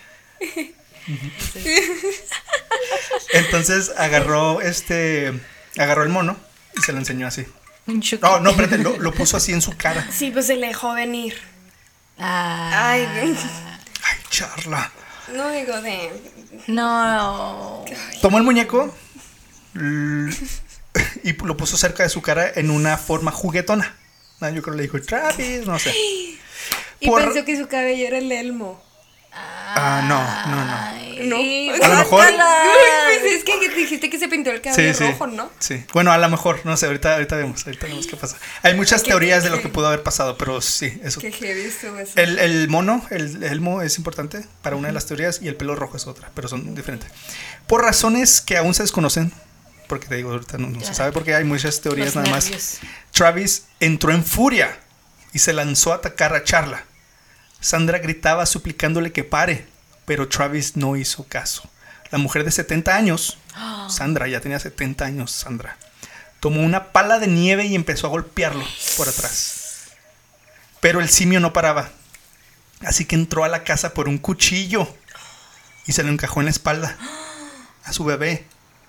Entonces agarró el mono y se lo enseñó así. Un choque. No, espérate, lo puso así en su cara. Sí, pues se le dejó venir. Ay, Ay, Ay, Charla. no digo de... no. Tomó el muñeco y lo puso cerca de su cara en una forma juguetona. Yo creo que le dijo, Travis, no sé. Y pensó que su cabello era el Elmo. No. No. A lo mejor- Ay, pues es que dijiste que se pintó el cabello rojo, ¿no? Sí. Bueno, a lo mejor, no sé, ahorita vemos qué pasa. Hay muchas teorías de lo que pudo haber pasado, pero sí, eso. Qué heavy estuvo eso. El mono, el Elmo es importante para una de las teorías y el pelo rojo es otra, pero son diferentes. Por razones que aún se desconocen, porque te digo, ahorita no se sabe porque hay muchas teorías Los nada nervios. más. Travis entró en furia y se lanzó a atacar a Charla. Sandra gritaba suplicándole que pare, pero Travis no hizo caso. La mujer de 70 años, Sandra, ya tenía 70 años, Sandra, tomó una pala de nieve y empezó a golpearlo por atrás. Pero el simio no paraba, así que entró a la casa por un cuchillo y se lo encajó en la espalda a su bebé.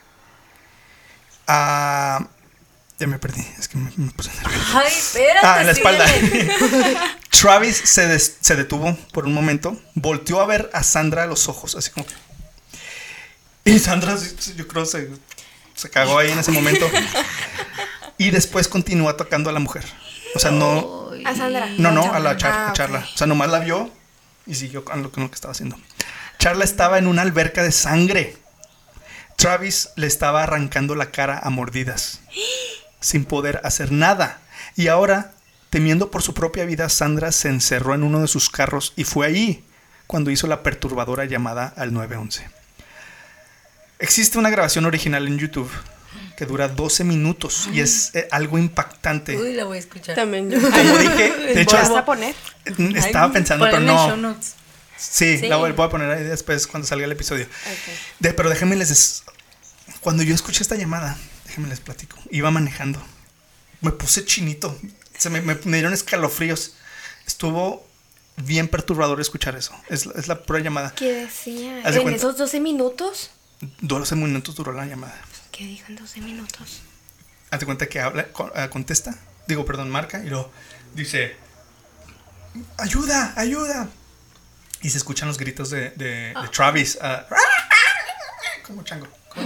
Ya me perdí, es que me puse nervioso. Ay, espérate. En la espalda. síguele. Travis se detuvo por un momento, volteó a ver a Sandra a los ojos, así como que... Y Sandra, yo creo, se cagó ahí en ese momento. Y después continuó atacando a la mujer. O sea, no... A Sandra. No, a la Ah, Charla. ok. O sea, nomás la vio y siguió con lo que estaba haciendo. Charla estaba en una alberca de sangre. Travis le estaba arrancando la cara a mordidas, sin poder hacer nada. Y ahora, temiendo por su propia vida, Sandra se encerró en uno de sus carros y fue ahí cuando hizo la perturbadora llamada al 911. Existe una grabación original en YouTube que dura 12 minutos y es algo impactante. Uy, la voy a escuchar. También yo. Como dije, de hecho, ¿Vas a poner? estaba pensando, pero Ponle en show no. notes. Sí, Sí. la voy a poner ahí después cuando salga el episodio. Ok. Pero déjenme cuando yo escuché esta llamada, déjenme les platico. Iba manejando. Me puse chinito. Me dieron escalofríos. Estuvo bien perturbador escuchar eso. Es la pura llamada. ¿Qué decía? Haz de ¿En cuenta. esos 12 minutos? 12 minutos duró la llamada. ¿Qué dijo en 12 minutos? Haz de cuenta que habla, contesta, marca y luego dice, ayuda, ayuda. Y se escuchan los gritos de Travis. Como chango.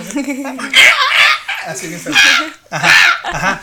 Así bien feo. Ajá.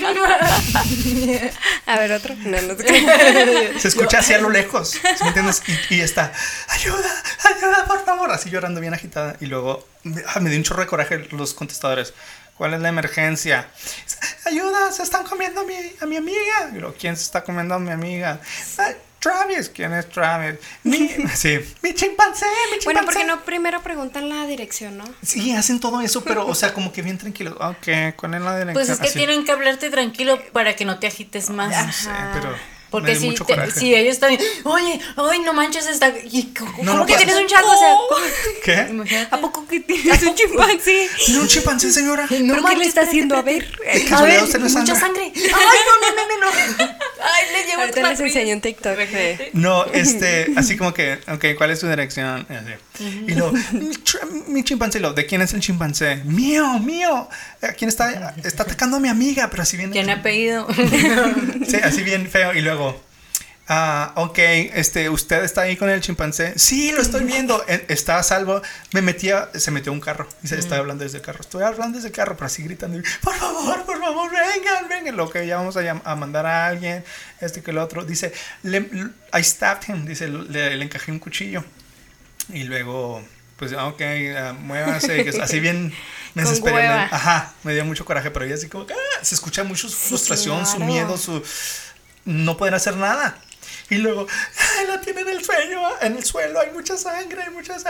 A ver, otro. No sé. Se escucha así a lo lejos, ¿sí me entiendes? Y está, ayuda, por favor. Así llorando bien agitada. Y luego me dio un chorro de coraje los contestadores. ¿Cuál es la emergencia? Ayuda, se están comiendo a mi amiga. Y luego, ¿quién se está comiendo a mi amiga? Travis. ¿Quién es Travis? Mi chimpancé. Bueno, porque no primero preguntan la dirección, ¿no? Sí, hacen todo eso, pero, o sea, como que bien tranquilos. Ok, ¿cuál es la dirección? Pues es que Así. tienen que hablarte tranquilo para que no te agites más. No sé, pero Porque me dio mucho coraje. si ellos están, oye, no manches, ¿cómo que pasa. tienes un chango? O sea, ¿Qué? imagínate. ¿A poco que tienes un chimpancé? ¿Tiene un chimpancé, señora? No ¿Pero qué manches, le está haciendo? A espérate. ver. ¿Qué A ver, usted no es mucha sangre? sangre. Ay, no. Ay, le llevo Ahorita les enseño un TikTok. No, así como que, ok, ¿cuál es tu dirección? Y luego, mi chimpancé, ¿de quién es el chimpancé? Mío. ¿Quién está atacando a mi amiga? Pero así bien. ¿Quién ha pedido? Sí, así bien feo. Y luego, ok, ¿usted está ahí con el chimpancé? Sí, lo estoy viendo. Está a salvo. Se metió a un carro. Y se estaba hablando desde el carro. Estoy hablando desde el carro, pero así gritando. Por favor, vengan. Lo que ya vamos a mandar a alguien. Que el otro. Dice, I stabbed him. Dice, le encajé un cuchillo. Y luego, pues, ok, muévase. Así bien me Con desesperé. hueva. Me dio mucho coraje, pero ella así como, se escucha mucho su frustración, su claro. miedo, no poder hacer nada. Y luego, la tiene en el suelo, hay mucha sangre.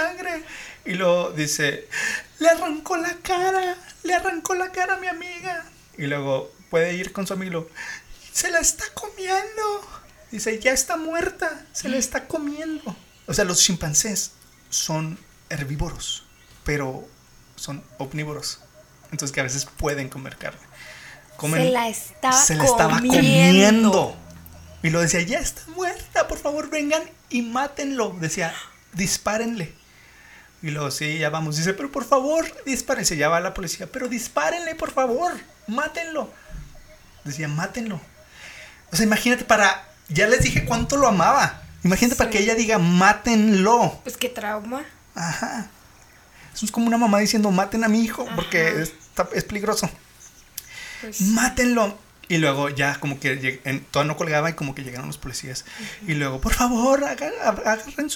Y luego dice, le arrancó la cara a mi amiga. Y luego puede ir con su amigo, se la está comiendo. Dice, ya está muerta, se la está comiendo. O sea, los chimpancés son herbívoros, pero son omnívoros. Entonces que a veces pueden comer carne. Se la estaba comiendo. Y lo decía, ya está muerta, por favor vengan y mátenlo. Decía, dispárenle. Y luego, sí, ya vamos. Dice, pero por favor, dispárense. Ya va la policía, pero dispárenle, por favor, mátenlo. Decía, mátenlo. O sea, imagínate ya les dije cuánto lo amaba. Imagínate para que ella diga, mátenlo. Pues qué trauma. Ajá. Eso es como una mamá diciendo, maten a mi hijo, porque es peligroso. Pues, mátenlo. Y luego ya como que todavía no colgaba y como que llegaron los policías. Y luego, por favor, agarren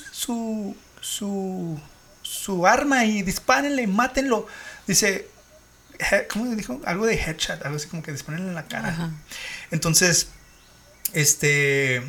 su arma y dispárenle, mátenlo. Dice, ¿cómo dijo? Algo de headshot, algo así como que dispárenle en la cara. Ajá. Entonces, es que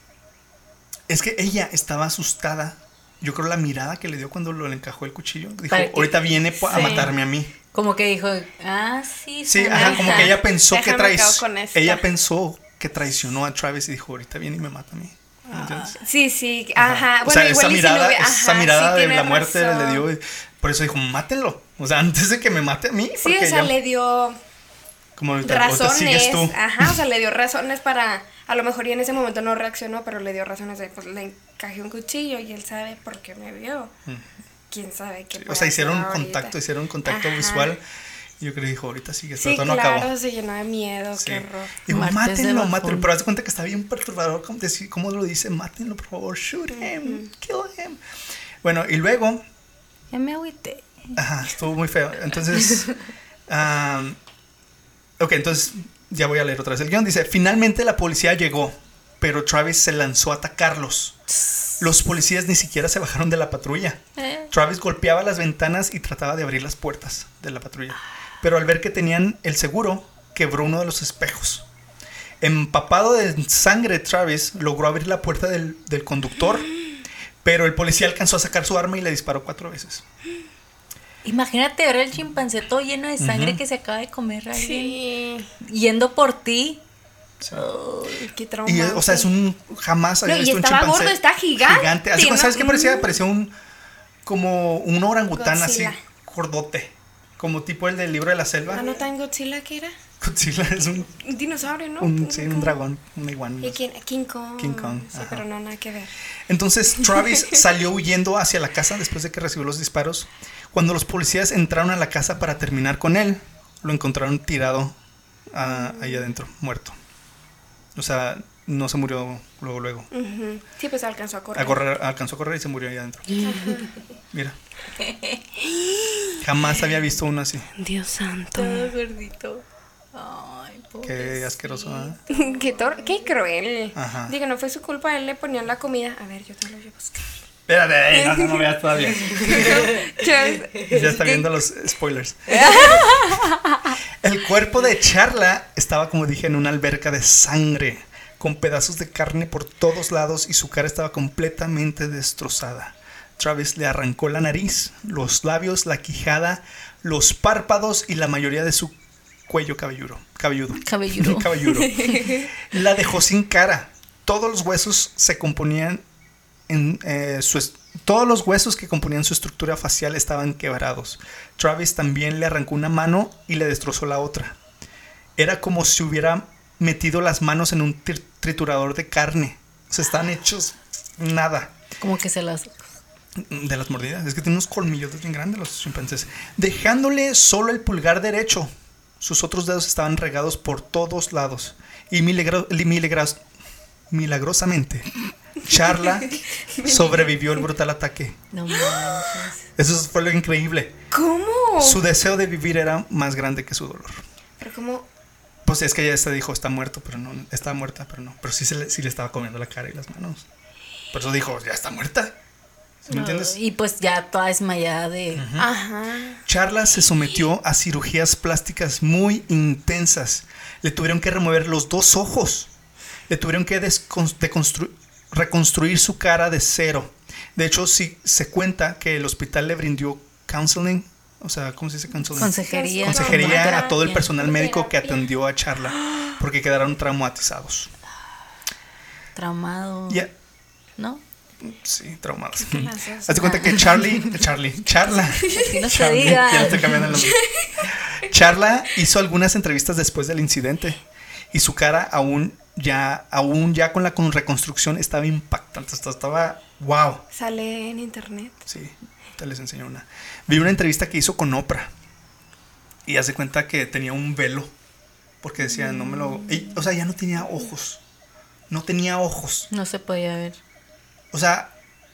ella estaba asustada. Yo creo la mirada que le dio cuando le encajó el cuchillo. Dijo, ahorita viene a matarme a mí. Como que dijo, sí. Sí, como que ella pensó ella pensó que traicionó a Travis y dijo, ahorita viene y me mata a mí. ¿Entiendes? Sí, ajá. O sea, Bueno, igual esa mirada sí, de tiene la muerte razón. le dio. Por eso dijo, mátenlo. O sea, antes de que me mate a mí. Sí, o sea, le dio como ahorita sigues razones. tú. Ajá, o sea, le dio razones para. A lo mejor y en ese momento no reaccionó, pero le dio razones de, pues le encajé un cuchillo y él sabe por qué me vio. Quién sabe qué. O sea, hicieron contacto Ajá. visual. Y yo creo que dijo, ahorita sigue, Sí, pero no claro, acabó. se llenó de miedo, Sí. qué horror. Dijo, Martes de mátenlo. bajón. Pero haz de cuenta que está bien perturbador. ¿Cómo lo dice? Mátenlo, por favor. Shoot him. Kill him. Bueno, y luego. Ya me agüité. Ajá, estuvo muy feo. Entonces. Ok, entonces ya voy a leer otra vez el guión. Dice: finalmente la policía llegó, pero Travis se lanzó a atacarlos. Los policías ni siquiera se bajaron de la patrulla. Travis golpeaba las ventanas y trataba de abrir las puertas de la patrulla. Pero al ver que tenían el seguro, quebró uno de los espejos. Empapado de sangre, Travis logró abrir la puerta del conductor, pero el policía alcanzó a sacar su arma y le disparó 4 veces. Imagínate ver el chimpancé todo lleno de sangre que se acaba de comer a alguien. Sí. yendo por ti. Sí. Qué trauma. Y, o sea, jamás había No, y visto un estaba chimpancé. gordo, está gigante, Así, ¿no? ¿sabes qué parecía? Parecía como un orangután Godzilla. así, gordote. como tipo el del libro de la selva. Ah, ¿no tan Godzilla que era? Godzilla es un dinosaurio, ¿no? sí, un dragón, un iguana. Y King Kong. King Kong, Sí, ajá. pero no, nada que ver. Entonces Travis salió huyendo hacia la casa después de que recibió los disparos. Cuando los policías entraron a la casa para terminar con él, lo encontraron tirado ahí adentro, muerto. O sea, no se murió luego. Uh-huh. Sí, pues alcanzó a correr. Alcanzó a correr y se murió ahí adentro. Mira. Jamás había visto uno así. Dios santo. Todo gordito. Ay, pobre. Qué asqueroso, ¿eh? Qué cruel. Ajá. Digo, no fue su culpa, a él le ponían la comida. A ver, yo te lo voy a buscar. Espérate, no veas todavía. Ya Ya está viendo los spoilers. El cuerpo de Charla estaba, como dije, en una alberca de sangre, con pedazos de carne por todos lados y su cara estaba completamente destrozada. Travis le arrancó la nariz, los labios, la quijada, los párpados y la mayoría de su cuello cabelludo. La dejó sin cara. Todos los huesos se componían todos los huesos que componían su estructura facial estaban quebrados. Travis también le arrancó una mano y le destrozó la otra. Era como si hubiera metido las manos en un triturador de carne. O sea, estaban hechos nada. Como que se las... De las mordidas. Es que tienen unos colmillos bien grandes los chimpancés. Dejándole solo el pulgar derecho. Sus otros dedos estaban regados por todos lados. Y milagrosamente, Charla sobrevivió el brutal ataque. No manches. Eso fue lo increíble. ¿Cómo? Su deseo de vivir era más grande que su dolor. Pero cómo... Pues es que ella se dijo, está muerto, pero no, está muerta, pero no. Pero sí le estaba comiendo la cara y las manos. Por eso dijo, ya está muerta. ¿Sí me entiendes? Y pues ya toda desmayada de... Ajá. Charla se sometió a cirugías plásticas muy intensas. Le tuvieron que remover los 2 ojos. Le tuvieron que reconstruir su cara de cero. De hecho, sí se cuenta que el hospital le brindó counseling. O sea, ¿cómo se dice counseling? Consejería a todo el personal médico que atendió a Charla. Porque quedaron traumatizados. Traumado. Yeah. ¿No? Sí, traumados. Hazte cuenta que Charla. Si no se Charlie, diga. ya estoy cambiando el nombre. Charla hizo algunas entrevistas después del incidente. Y su cara aún ya con la reconstrucción estaba impactante. Estaba wow. Sale en internet. Sí, te les enseño una. Vi una entrevista que hizo con Oprah. Y hace cuenta que tenía un velo. Porque decía, no me lo... o sea, ya no tenía ojos. No tenía ojos. No se podía ver. O sea,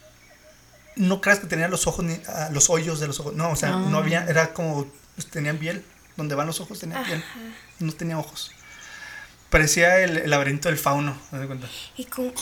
no creas que tenía los ojos, los hoyos de los ojos. No, o sea, no había... Era como... Pues, tenían piel. Donde van los ojos tenían piel. Y no tenía ojos. Parecía el laberinto del fauno, ¿me das cuenta? ¿Y cómo?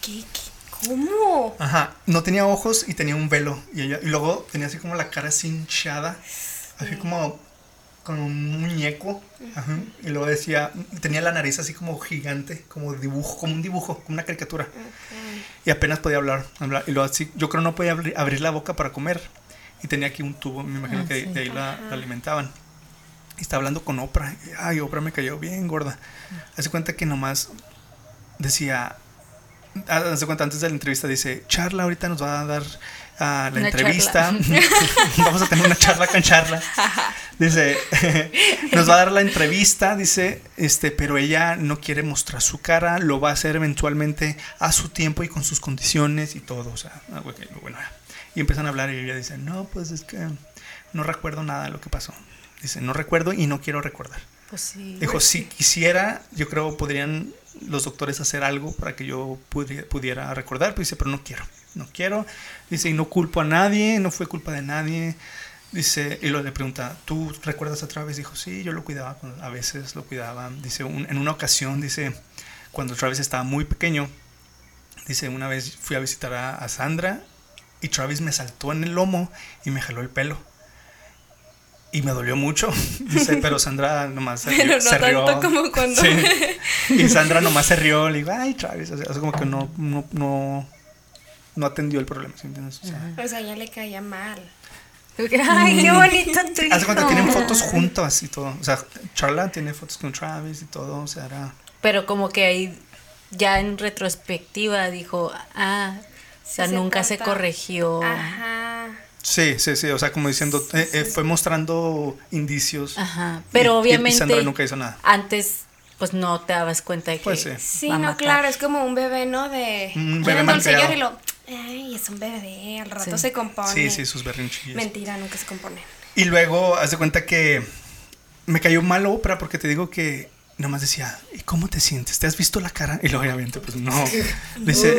¿Cómo? Ajá, no tenía ojos y tenía un velo. Y luego tenía así como la cara así hinchada. Así como un muñeco. Ajá. Y luego tenía la nariz así como gigante, como un dibujo, como una caricatura. Okay. Y apenas podía hablar. Y luego así, yo creo no podía abrir la boca para comer. Y tenía aquí un tubo, me imagino que de ahí la alimentaban. Y estaba hablando con Oprah. Y, ay, Oprah me cayó bien gorda. Hace cuenta que nomás decía... Hace cuenta, antes de la entrevista dice, Charla ahorita nos va a dar la entrevista. Vamos a tener una charla con Charla. Dice, nos va a dar la entrevista, dice, pero ella no quiere mostrar su cara, lo va a hacer eventualmente a su tiempo y con sus condiciones y todo. O sea, okay, bueno. Y empiezan a hablar y ella dice, no, pues es que no recuerdo nada de lo que pasó. Dice, no recuerdo y no quiero recordar. Pues sí. Dijo, si quisiera, yo creo podrían los doctores hacer algo para que yo pudiera recordar. Pues dice, pero no quiero. Dice, y no culpo a nadie, no fue culpa de nadie. Dice, y luego le pregunta, ¿tú recuerdas a Travis? Dijo, sí, yo lo cuidaba, a veces lo cuidaba. Dice, en una ocasión, dice, cuando Travis estaba muy pequeño, dice, una vez fui a visitar a Sandra y Travis me saltó en el lomo y me jaló el pelo. Y me dolió mucho, dice, pero Sandra nomás se rió. Pero no tanto como cuando... Sí. Y Sandra nomás se rió, le digo, ay, Travis, o sea, como que no atendió el problema, ¿sí entiendes? O sea, ya le caía mal. Ay, qué bonito tu hijo. Hace cuenta, tienen fotos juntos y todo. O sea, Charla tiene fotos con Travis y todo, o sea, era... Pero como que ahí, ya en retrospectiva, dijo, o sea, nunca se corrigió. Ajá. Sí, o sea, como diciendo, fue mostrando indicios. Ajá, pero y obviamente Sandra nunca hizo nada. antes pues no te dabas cuenta de que Pues sí. Sí, va a no, matar. claro, es como un bebé, ¿no? De Un bebé llegando el malcriado. señor y lo, ay, es un bebé, al rato Sí. se compone. Sí, sus berrinchillos. Mentira, nunca se compone. Y luego, haz de cuenta que me cayó mal Oprah porque te digo que nomás decía, ¿y cómo te sientes? ¿Te has visto la cara? Y luego, obviamente, pues no. Dice,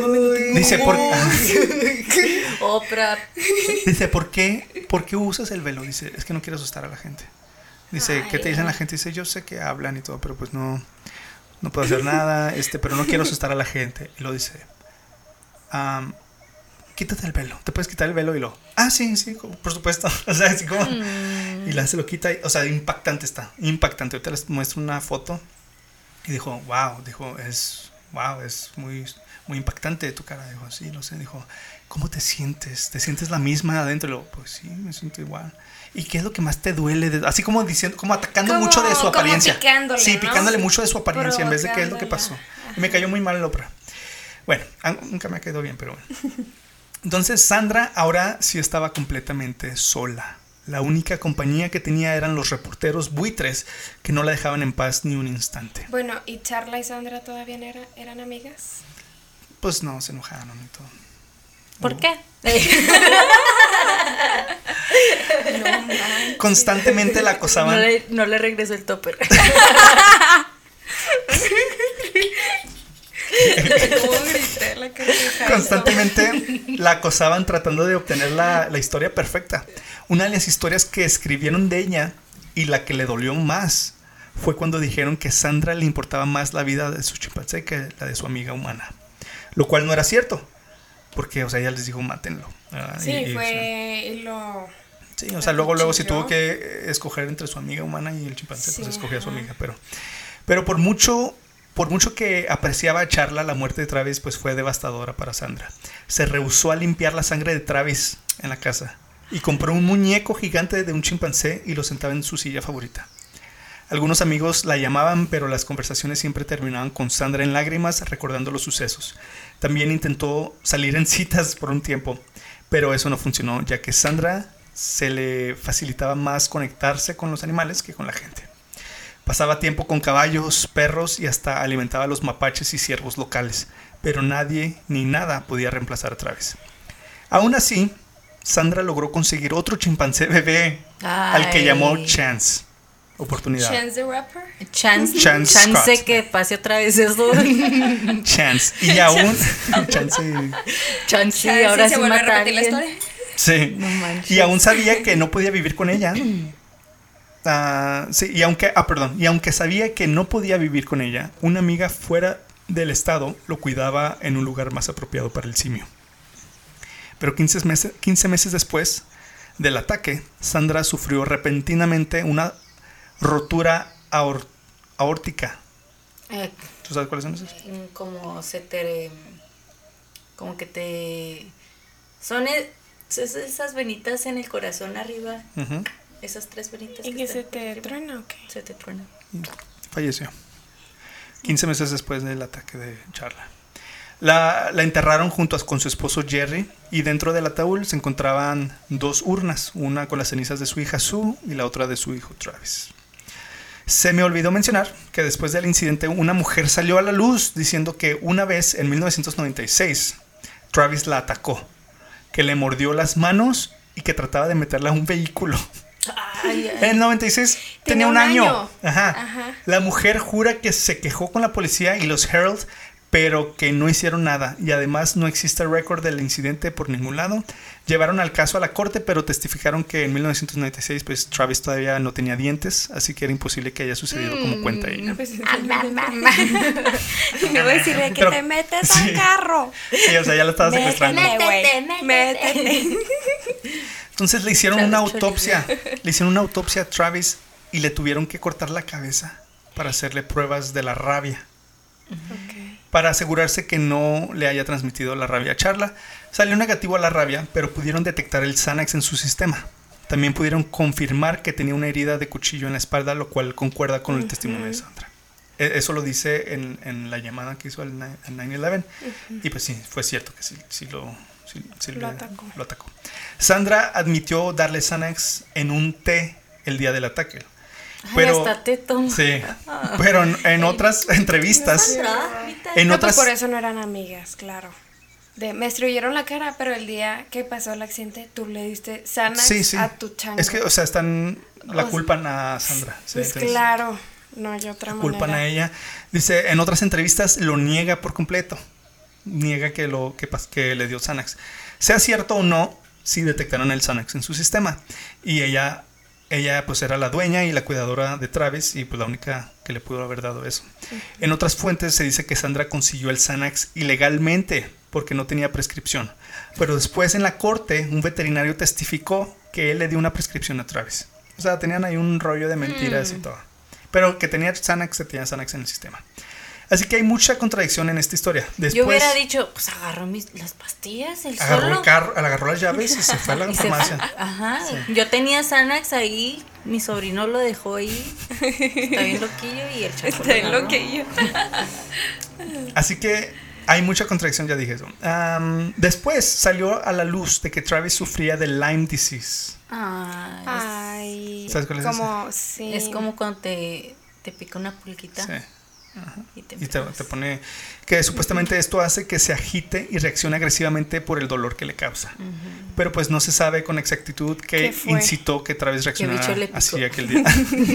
Oprah. dice, ¿por qué usas el velo? Dice, es que no quiero asustar a la gente. Dice, ¿qué te dicen la gente? Dice, yo sé que hablan y todo, pero pues no puedo hacer nada, pero no quiero asustar a la gente. Y lo dice, quítate el velo, te puedes quitar el velo. Y lo, sí, por supuesto. O sea, así como, y la se lo quita, o sea, impactante está, impactante. Ahorita les muestro una foto y dijo, es muy, muy impactante tu cara. Dijo, sí, lo sé. Dijo, ¿cómo te sientes? ¿Te sientes la misma adentro? Y lo, pues sí, me siento igual. ¿Y qué es lo que más te duele? Así como diciendo, como atacando mucho de su apariencia. Picándole, sí, ¿no? picándole mucho de su apariencia en vez de qué es lo que pasó. Y me cayó muy mal el Oprah. Bueno, nunca me ha caído bien, pero bueno. Entonces Sandra ahora sí estaba completamente sola. La única compañía que tenía eran los reporteros buitres que no la dejaban en paz ni un instante. Bueno, ¿y Charla y Sandra todavía eran amigas? Pues no, se enojaron y todo. ¿Por qué? No manches. Constantemente la acosaban. No le regresó el topper. ¿Cómo grité la carcajada? Constantemente la acosaban tratando de obtener la historia perfecta. Una de las historias que escribieron de ella y la que le dolió más fue cuando dijeron que Sandra le importaba más la vida de su chimpancé que la de su amiga humana. Lo cual no era cierto. Porque, o sea, ella les dijo, mátenlo. Sí, y sí, o sea, luego si tuvo que escoger entre su amiga humana y el chimpancé, Sí, pues escogió a su ajá. amiga. Pero por mucho que apreciaba a Charla, la muerte de Travis pues fue devastadora para Sandra. Se rehusó a limpiar la sangre de Travis en la casa y compró un muñeco gigante de un chimpancé y lo sentaba en su silla favorita. Algunos amigos la llamaban, pero las conversaciones siempre terminaban con Sandra en lágrimas recordando los sucesos. También intentó salir en citas por un tiempo, pero eso no funcionó, ya que Sandra se le facilitaba más conectarse con los animales que con la gente. Pasaba tiempo con caballos, perros y hasta alimentaba a los mapaches y ciervos locales, pero nadie ni nada podía reemplazar a Travis. Aún así, Sandra logró conseguir otro chimpancé bebé al que llamó Chance. Oportunidad. Chance the Rapper. Chance Scott. que pase otra vez eso. Chance. Y aún... Chance, ahora se sí vuelve a mata a repetir la alguien. historia. Sí. No manches. Y aún sabía que no podía vivir con ella. Sí, y aunque sabía que no podía vivir con ella, una amiga fuera del estado lo cuidaba en un lugar más apropiado para el simio. Pero 15 meses después del ataque, Sandra sufrió repentinamente una rotura aórtica. ¿Tú sabes cuáles son esas? Como como que te... Son esas venitas en el corazón arriba. Uh-huh. Esas 3 venitas. ¿Y que se están por te arriba. truena o qué? Se te truena. Falleció 15 meses después del ataque de Charla. La enterraron junto con su esposo Jerry, y dentro del ataúd se encontraban 2 urnas, una con las cenizas de su hija Sue y la otra de su hijo Travis. Se me olvidó mencionar que después del incidente una mujer salió a la luz diciendo que una vez en 1996 Travis la atacó, que le mordió las manos y que trataba de meterla a un vehículo. En el 96 tenía un año. Ajá. La mujer jura que se quejó con la policía y los Herald, pero que no hicieron nada. Y además no existe récord del incidente por ningún lado. Llevaron al caso a la corte, pero testificaron que en 1996 pues Travis todavía no tenía dientes, así que era imposible que haya sucedido como cuenta ella. Me voy a decir de que Pero- te metes sí. al carro. Sí, o sea, ya la estaba secuestrando. Métete. Entonces le hicieron Travis una Churchill. autopsia. Le hicieron una autopsia a Travis y le tuvieron que cortar la cabeza para hacerle pruebas de la rabia, para asegurarse que no le haya transmitido la rabia a Charla. Salió negativo a la rabia, pero pudieron detectar el Xanax en su sistema. También pudieron confirmar que tenía una herida de cuchillo en la espalda, lo cual concuerda con el testimonio de Sandra. Eso lo dice en la llamada que hizo al 911. Y pues sí, fue cierto que sí Lo atacó. Lo atacó. Sandra admitió darle Xanax en un té el día del ataque. Pero, hasta teto. sí, pero en otras entrevistas, en No, otras, pues por eso no eran amigas, claro. Me destruyeron la cara, pero el día que pasó el accidente, tú le diste Xanax sí. a tu chango. Es que, o sea, la culpan a Sandra. ¿Sí? Pues Entonces, claro, no hay otra manera. culpan a ella. Dice, en otras entrevistas lo niega por completo. Niega que le dio Xanax. Sea cierto o no, sí detectaron el Xanax en su sistema. Y ella pues era la dueña y la cuidadora de Travis y pues la única que le pudo haber dado eso. En otras fuentes se dice que Sandra consiguió el Xanax ilegalmente porque no tenía prescripción. Pero después en la corte un veterinario testificó que él le dio una prescripción a Travis. O sea, tenían ahí un rollo de mentiras y todo. Pero que tenía Xanax en el sistema. Así que hay mucha contradicción en esta historia. Después, Yo hubiera dicho, pues agarró las pastillas, agarró las llaves y se fue a la farmacia. Ajá. Sí. Yo tenía Xanax ahí, mi sobrino lo dejó ahí. Está bien loquillo y el chaval. Está bien loquillo. Así que hay mucha contradicción, ya dije eso. Después salió a la luz de que Travis sufría de Lyme disease. Ay. ¿Sabes cuál es como, sí. Es como cuando te pica una pulquita. Sí. Ajá. Y te pone que supuestamente esto hace que se agite y reaccione agresivamente por el dolor que le causa. Pero pues no se sabe con exactitud qué incitó que Travis reaccionara así aquel día.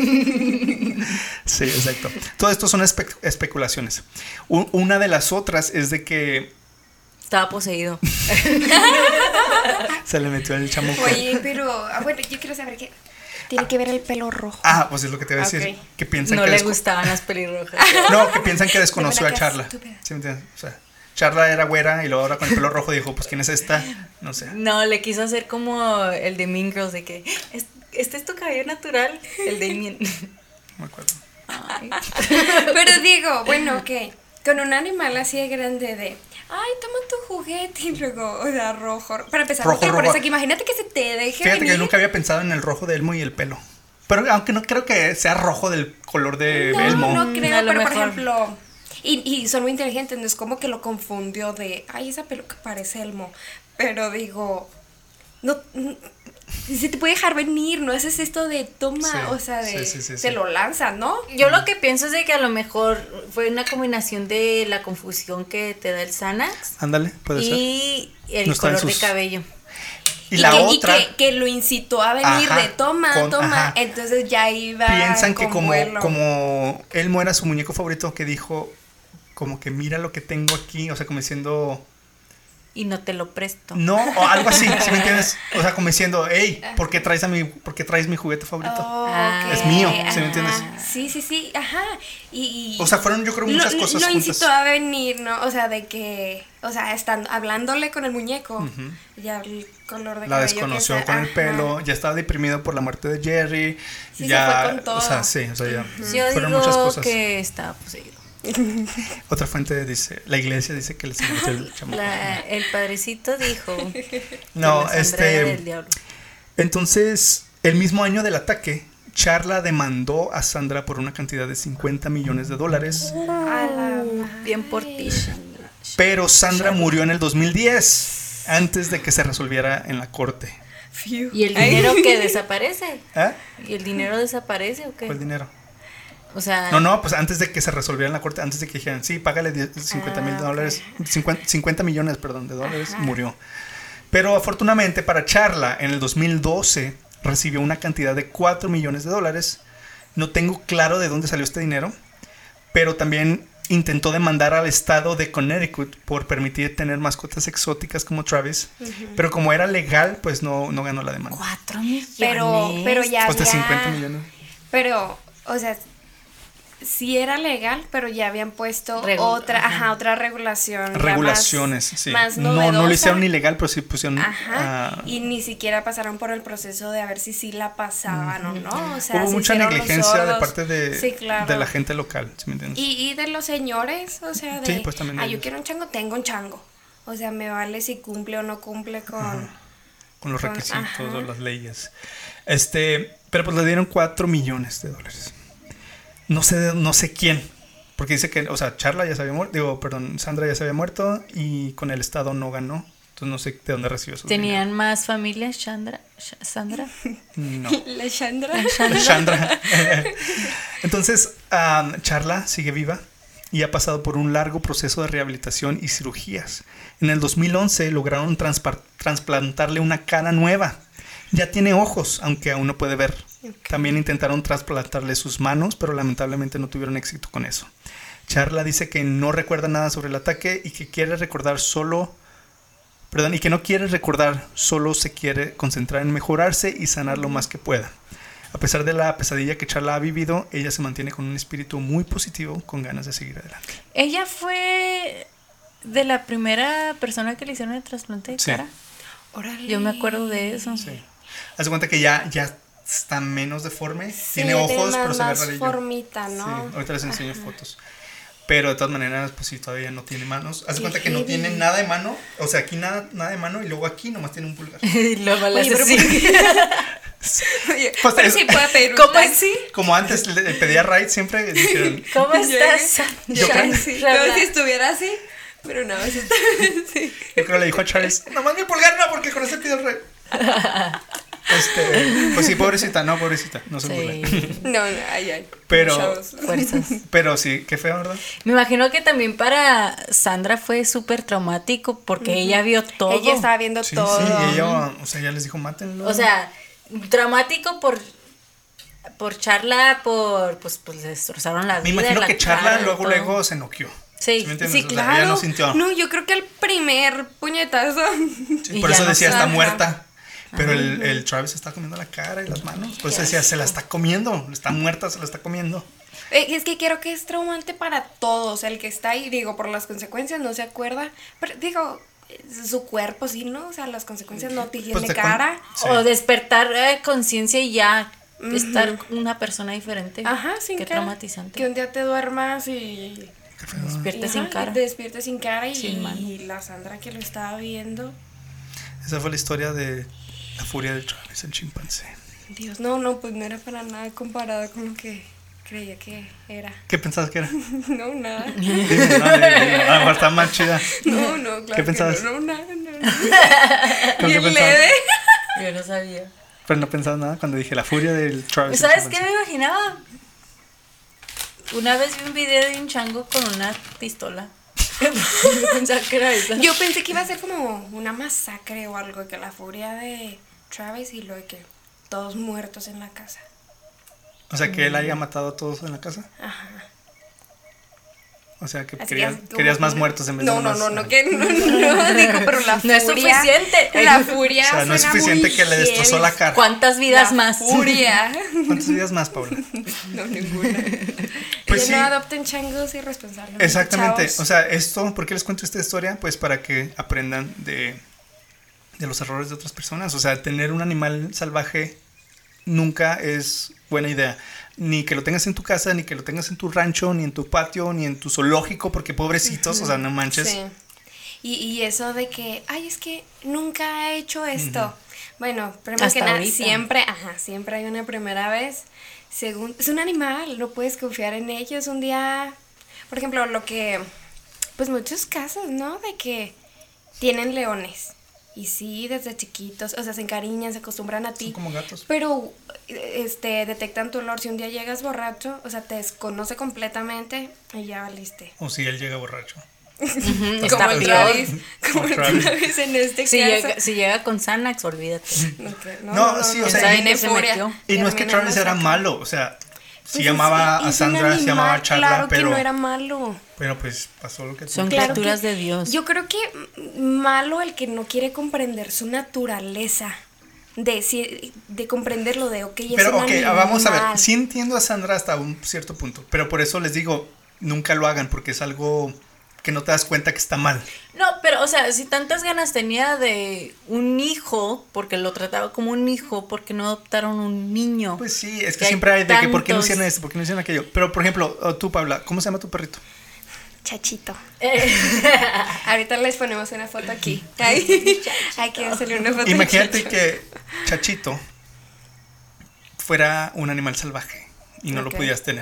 Sí, exacto. Todo esto son especulaciones. Una de las otras es de que estaba poseído. Se le metió el chamuco. Oye, pero bueno, yo quiero saber qué tiene que ver el pelo rojo. Pues es lo que te voy a decir. Okay. Que piensan no que le gustaban las pelirrojas. No, que piensan que desconoció a Charla. ¿Sí Estúpida. me entiendes? O sea, Charla era güera y luego ahora con el pelo rojo dijo, pues ¿quién es esta? No sé. No, le quiso hacer como el de Mean Girls, de que este es tu cabello natural, el de Mean. No me acuerdo. Pero digo, bueno, ¿qué? Con un animal así de grande de, ay, toma tu juguete y luego, o sea, rojo. Para empezar, Rojo, por rojo. eso que imagínate que se te deje Fíjate venir. que yo nunca había pensado en el rojo de Elmo y el pelo. Pero aunque no creo que sea rojo del color de Elmo. No creo, a lo pero por mejor. ejemplo, y son muy inteligentes, no es como que lo confundió de, ay, esa peluca parece Elmo. Pero digo, no se te puede dejar venir, no haces esto de toma, Sí, o sea, de sí. te lo lanzan, ¿no? Yo lo que pienso es de que a lo mejor fue una combinación de la confusión que te da el Xanax Ándale, puede ser. y el No está en color de sus- cabello. Y la que, otra, que lo incitó a venir Ajá, de toma, ajá. entonces ya iba piensan que con como vuelo. Elmo era su muñeco favorito, que dijo, como que mira lo que tengo aquí, o sea, como diciendo, Y no te lo presto. no, o algo así, ¿sí me entiendes? O sea, como diciendo, hey, ¿por qué traes mi juguete favorito? Ok, Es mío, ¿sí me entiendes? Sí, ajá. Y O sea, fueron yo creo muchas cosas lo juntas. incitó a venir, ¿no? O sea, de que, o sea, hablándole con el muñeco, ya el color de La cabello desconoció que con el ajá. pelo, ya estaba deprimido por la muerte de Jerry. Sí, ya, se fue con todo. O sea, sí, o sea, ya Yo fueron digo muchas cosas. que estaba poseído. Otra fuente dice, la iglesia dice que les metió el chamuco. El padrecito dijo No, que la Sandra era del diablo. entonces, el mismo año del ataque, Charla demandó a Sandra por una cantidad de $50 millones. A la madre. Bien por ti. Pero Sandra murió en el 2010, antes de que se resolviera en la corte. Fiu. ¿Y el dinero que desaparece? ¿Eh? ¿Y el dinero desaparece o qué? ¿Cuál dinero? O sea, No, pues antes de que se resolviera en la corte, antes de que dijeran, sí, págale $50 millones, perdón, de dólares, murió. Pero afortunadamente para Charla, en el 2012 recibió una cantidad de $4 millones. No tengo claro de dónde salió este dinero, pero también intentó demandar al estado de Connecticut por permitir tener mascotas exóticas como Travis, pero como era legal, pues no ganó la demanda. 4 millones. Pero ya Pues de había- 50 millones. Pero, o sea, sí era legal, pero ya habían puesto otra regulación. ya Regulaciones, más, sí. Más No lo novedosa. hicieron ilegal, pero sí pusieron... Ajá, y ni siquiera pasaron por el proceso de a ver si sí la pasaban o no. O sea, hubo se mucha hicieron los negligencia de sordos. parte Sí, claro. de la gente local, ¿sí me entiendes? Y de los señores, o sea, de, Sí, pues también de yo ellos. quiero un chango, tengo un chango. O sea, me vale si cumple o no cumple con... Con los con- requisitos ajá. o las leyes. Pero pues le dieron $4 millones. No sé quién. Porque dice que, o sea, Charla ya se había muerto. Sandra ya se había muerto y con el Estado no ganó. Entonces no sé de dónde recibió su ¿Tenían más familias, Sandra? No. La Chandra. Chandra. Entonces, Charla sigue viva y ha pasado por un largo proceso de rehabilitación y cirugías. En el 2011 lograron trasplantarle una cara nueva. Ya tiene ojos, aunque aún no puede ver. Okay. También intentaron trasplantarle sus manos, pero lamentablemente no tuvieron éxito con eso. Charla dice que no recuerda nada sobre el ataque y que quiere recordar solo... Perdón, y que no quiere recordar, solo se quiere concentrar en mejorarse y sanar lo más que pueda. A pesar de la pesadilla que Charla ha vivido, ella se mantiene con un espíritu muy positivo, con ganas de seguir adelante. ¿Ella fue de la primera persona que le hicieron el trasplante de Sí. cara? Órale. Yo me acuerdo de eso. Sí. Haz de cuenta que ya está menos deforme, Sí, tiene ojos, pero se ve más rarillo. formita, ¿no? Sí, ahorita les enseño fotos. Pero de todas maneras, pues sí, todavía no tiene manos. Haz de Qué cuenta que no heavy. tiene nada de mano. O sea, aquí nada de mano y luego aquí nomás tiene un pulgar. Y luego le Oye, hace pero así. Oye, Pues pero es- sí puede pedir un ¿Cómo taxi. así? Como antes le pedía ride, siempre dijeron, ¿Cómo estás? Yo creo- Sí, Rabla. como si estuviera así, pero no, sí está sí. yo creo que le dijo a Charles, nomás mi pulgar no, porque con ese pido el ride. Pues sí, pobrecita, no se burlen. Sí, No, ay. Pero- Chavos. fuerzas. Pero sí, qué feo, ¿verdad? Me imagino que también para Sandra fue súper traumático porque ella vio todo. Ella estaba viendo Sí, todo. sí, y ella, o sea, ya les dijo, mátenlo. O sea, traumático por Charla, pues le destrozaron la me vida. imagino la que Charla cara, todo. luego se noqueó. Sí, me entiendes? Sí, O sea, claro. ella no sintió. No, yo creo que el primer puñetazo. Sí, Y por ya eso no decía, está sabe. muerta. Pero el Travis está comiendo la cara y las manos. Por eso Qué decía, se la asco. está comiendo. Está muerta, se la está comiendo. Es que creo que es traumante para todos. El que está ahí, digo, por las consecuencias no se acuerda. Pero digo, su cuerpo sí, ¿no? O sea, las consecuencias no tiene Pues, cara. Sí. O despertar conciencia y ya estar una persona diferente. Ajá, sin Qué cara. traumatizante. Que un día te duermas y... Qué feo. Despierta sin Ajá, cara. y te despiertas sin cara y, Sin mano. y la Sandra que lo estaba viendo. Esa fue la historia de la furia del Travis, el chimpancé. Dios, no, pues no era para nada comparado con lo que creía que era. ¿Qué pensabas que era? No, nada. Dime, dime. A lo mejor está más chida. No, claro. ¿Qué que pensabas? No, nada. ¿Con Y qué el pensabas? leve. Yo no sabía. Pero no pensabas nada cuando dije la furia del Travis. el ¿Sabes qué chimpancé. me imaginaba? Una vez vi un video de un chango con una pistola. Yo pensaba que era esa. Yo pensé que iba a ser como una masacre o algo, que la furia de Travis y lo de que todos muertos en la casa. O sea, que él haya matado a todos en la casa. Ajá. O sea, que Así querías, como querías más una- muertos en vez no, de más. No, que no, digo, pero la No furia. es suficiente. La furia. O sea, no es suena suficiente muy que le destrozó heavy. la cara. ¿Cuántas vidas La más? Furia. ¿Cuántos días más, Paula? No, ninguna. Pues Ya sí. no adopten changos irresponsables. Exactamente. chavos. O sea, esto, ¿por qué les cuento esta historia? Pues para que aprendan de los errores de otras personas. O sea, tener un animal salvaje nunca es buena idea. Ni que lo tengas en tu casa, ni que lo tengas en tu rancho, ni en tu patio, ni en tu zoológico, porque pobrecitos, o sea, no manches. Sí. Y eso de que, ay, es que nunca he hecho esto. Bueno, primero Hasta que nada, ahorita. siempre hay una primera vez. Según, es un animal, no puedes confiar en ellos. Un día, por ejemplo, lo que, pues muchos casos, ¿no? De que tienen leones. Y sí, desde chiquitos, o sea, se encariñan, se acostumbran a ti. Son como gatos. Pero detectan tu olor. Si un día llegas borracho, o sea, te desconoce completamente y ya valiste. O si él llega borracho. Está Como el peor. Travis, como el Travis. Travis en este Si caso. si llega con Xanax, olvídate. No, sí, o sea, ¿saben viene qué se furia. metió? Y no es que Termina Travis era masacre. malo, o sea, sí Pues llamaba es que a es un Sandra, sí llamaba a animal, Charla, claro pero que no era malo. bueno, pues pasó lo que Son tuvo. Claro criaturas que- de Dios. Yo creo que malo el que no quiere comprender su naturaleza. De comprenderlo de, ok, es Pero, un ok, vamos a ver. animal. Sí entiendo a Sandra hasta un cierto punto. Pero por eso les digo, nunca lo hagan, porque es algo que no te das cuenta que está mal. No, pero, o sea, si tantas ganas tenía de un hijo, porque lo trataba como un hijo, porque no adoptaron un niño. Pues sí, es que Que hay siempre hay de que por qué no tantos. hicieron esto, por qué no hicieron aquello. Pero, por ejemplo, tú, Paula, ¿cómo se llama tu perrito? Chachito. Ahorita les ponemos una foto aquí. Ay, quiero hacerle una foto. de Imagínate Chacho. que Chachito fuera un animal salvaje y no lo Ok. pudieras tener.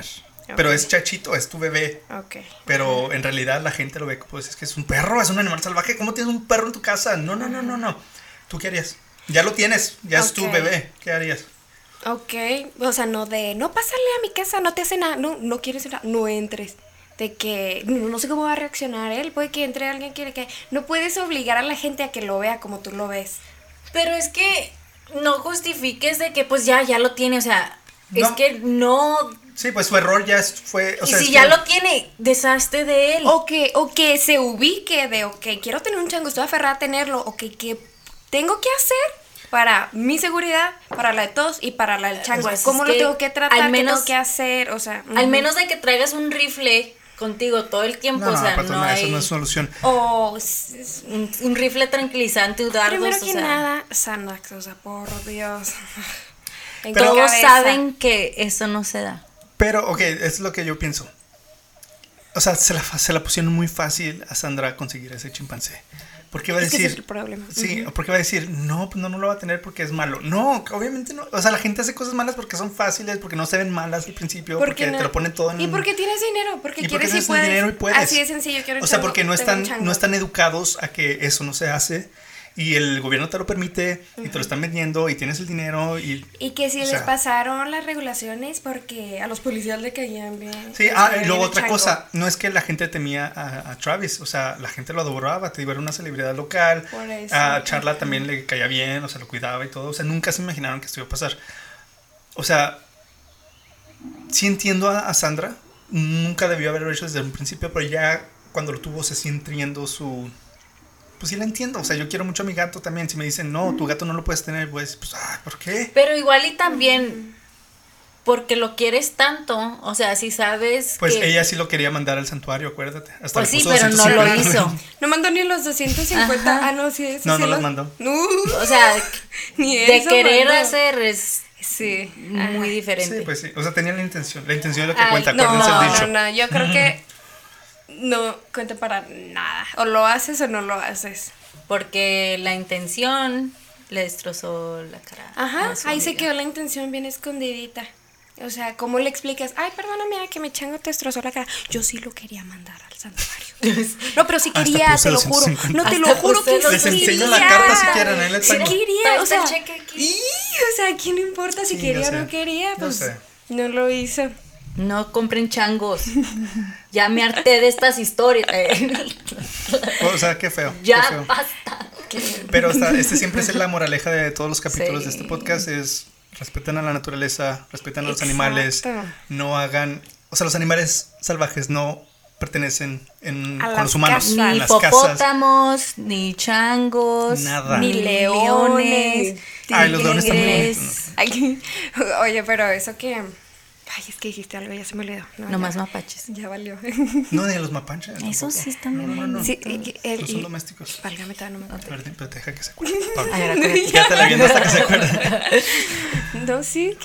Pero es Chachito, es tu bebé. Ok. Pero en realidad la gente lo ve como, pues es que es un perro, es un animal salvaje. ¿Cómo tienes un perro en tu casa? No. ¿Tú qué harías? Ya lo tienes, ya es tu bebé. ¿Qué harías? Ok, o sea, no pásale a mi casa, no te hace nada, no quieres nada, no entres. De que no sé cómo va a reaccionar él, puede que entre alguien que no puedes obligar a la gente a que lo vea como tú lo ves. Pero es que no justifiques de que pues ya lo tiene, o sea, No. es que no. Sí, pues su error ya fue. O Y sea, si es ya que- lo tiene, deshazte de él. O que se ubique de, quiero tener un chango, estoy aferrada a tenerlo, ¿qué tengo que hacer para mi seguridad, para la de todos y para la del chango? Pues ¿Cómo es lo que tengo que tratar? al menos- ¿Qué tengo que hacer? O sea, Al menos de que traigas un rifle contigo todo el tiempo, No, o sea, patrona, no hay eso no es solución. O un rifle tranquilizante, un dardos, primero o que sea, nada, Xanax, o sea, por Dios. En Pero- tu todos cabeza. saben que eso no se da. Pero, ok, es lo que yo pienso. O sea, se la pusieron muy fácil a Sandra conseguir ese chimpancé. Porque va a Es que ese decir. es el problema. Sí, porque va a decir, no, pues no lo va a tener porque es malo. No, obviamente no. O sea, la gente hace cosas malas porque son fáciles, porque no se ven malas al principio, porque no? te lo ponen todo en. ¿Y porque tienes dinero? Porque Y porque quieres y tienes puedes. dinero y puedes. Así de sencillo, quiero un O sea, chango, porque no tengo un están, chango. no están educados a que eso no se hace. Y el gobierno te lo permite y te lo están vendiendo y tienes el dinero y. Y que si o les sea, pasaron las regulaciones porque a los policías le caían bien. Sí, les y caía luego bien el otra chango. cosa, no es que la gente temía a Travis, o sea, la gente lo adoraba, te digo, era una celebridad local, Por eso. a Charla también le caía bien, o sea, lo cuidaba y todo, o sea, nunca se imaginaron que esto iba a pasar. O sea, sí entiendo a Sandra, nunca debió haberlo hecho desde un principio, pero ya cuando lo tuvo se siente viendo su... Pues sí la entiendo, o sea, yo quiero mucho a mi gato también, si me dicen, no, tu gato no lo puedes tener, pues, ¿por qué? Pero igual y también porque lo quieres tanto, o sea, si sabes Pues que ella sí lo quería mandar al santuario, acuérdate. Hasta pues le sí, puso pero no lo 250. hizo. No mandó ni los 250. Ajá. Ah, no, sí, eso No, sí no los mandó. No, O sea, ni de eso querer mandó. hacer es Sí. muy diferente. Sí, pues sí. O sea, tenían la intención. La intención es lo que Ay, cuenta. no, Acuérdense el dicho. no, yo creo que no cuenta para nada. O lo haces o no lo haces. Porque la intención le destrozó la cara. Ajá, a su ahí se amiga. quedó la intención bien escondidita. O sea, ¿cómo le explicas? Ay, perdóname, que mi chango te destrozó la cara. Yo sí lo quería mandar al santuario. No, pero sí Hasta quería, puse te lo los juro. 150. No, te lo Hasta juro puse que los sí Les enseño quería. la carta si quieren, ahí les Sí traigo. quería, Ahí o está el sea. cheque aquí. O sea, ¿a quién le importa si Sí, quería yo o no sé. quería? Yo Pues sé. no lo hizo. No compren changos. Ya me harté de estas historias. O sea, qué feo. Ya qué feo. basta. Pero siempre es la moraleja de todos los capítulos de este podcast es respeten a la naturaleza, respeten a los animales, Exacto. no hagan, o sea, los animales salvajes no pertenecen A con las los humanos, casas. en Ni las casas. hipopótamos, ni changos, Nada. ni Ni leones, Ay, los leones también tigres. bonitos, Ay, oye, pero eso que. Ay, es que dijiste algo, ya se me olvidó. No, Nomás ya, mapaches. ya valió. No, ni a los mapaches. Esos tampoco. sí están bien No, no, no. Sí, Esos son domésticos. Válgame, todavía no me acuerdo. Pero deja que se acuerde. Pablo. A ver, acuérdate. Quédate la viendo hasta que se acuerde. No, sí,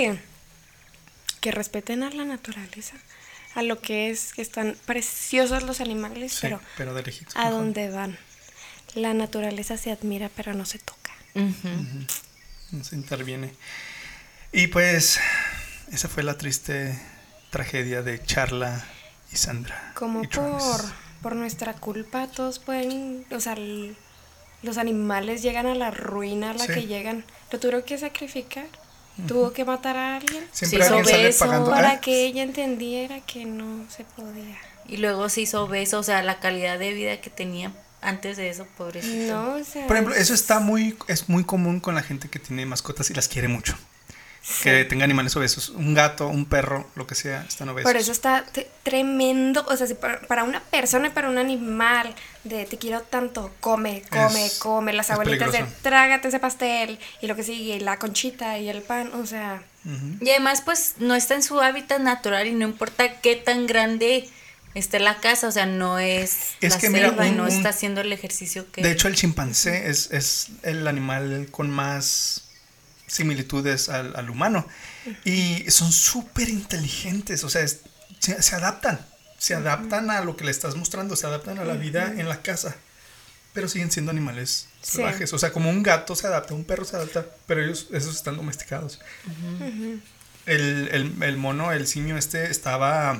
que respeten a la naturaleza, a lo que es, que están preciosos los animales, Sí, pero pero de lejitos. a mejor. dónde van. La naturaleza se admira, pero no se toca. Ujú. No se interviene. Y pues, esa fue la triste tragedia de Charla y Sandra. Como y Travis. por nuestra culpa todos pueden, o sea, los animales llegan a la ruina a la Sí. que llegan. Lo tuvieron que sacrificar. Tuvo que matar a alguien Siempre Sí, alguien sobre sale eso, pagando. para ¿eh? que ella entendiera que no se podía. Y luego se hizo obeso, o sea, la calidad de vida que tenía antes de eso, pobrecito. No, o sea, Por ejemplo, eso es muy común con la gente que tiene mascotas y las quiere mucho. Que tenga animales obesos. Un gato, un perro, lo que sea, están obesos. por eso está tremendo, o sea, si para una persona y para un animal de te quiero tanto, come, las es abuelitas de peligroso. trágate ese pastel y lo que sigue, la conchita y el pan, o sea, Y además, pues, no está en su hábitat natural y no importa qué tan grande esté la casa, o sea, no es, Es la que mira, selva y no un- está haciendo el ejercicio que... De hecho, el chimpancé es el animal con más similitudes al humano. Y son súper inteligentes, o sea, se adaptan. Se adaptan a lo que le estás mostrando, se adaptan a la vida en la casa. Pero siguen siendo animales Sí. salvajes. O sea, como un gato se adapta, un perro se adapta, pero esos están domesticados. el mono, el simio estaba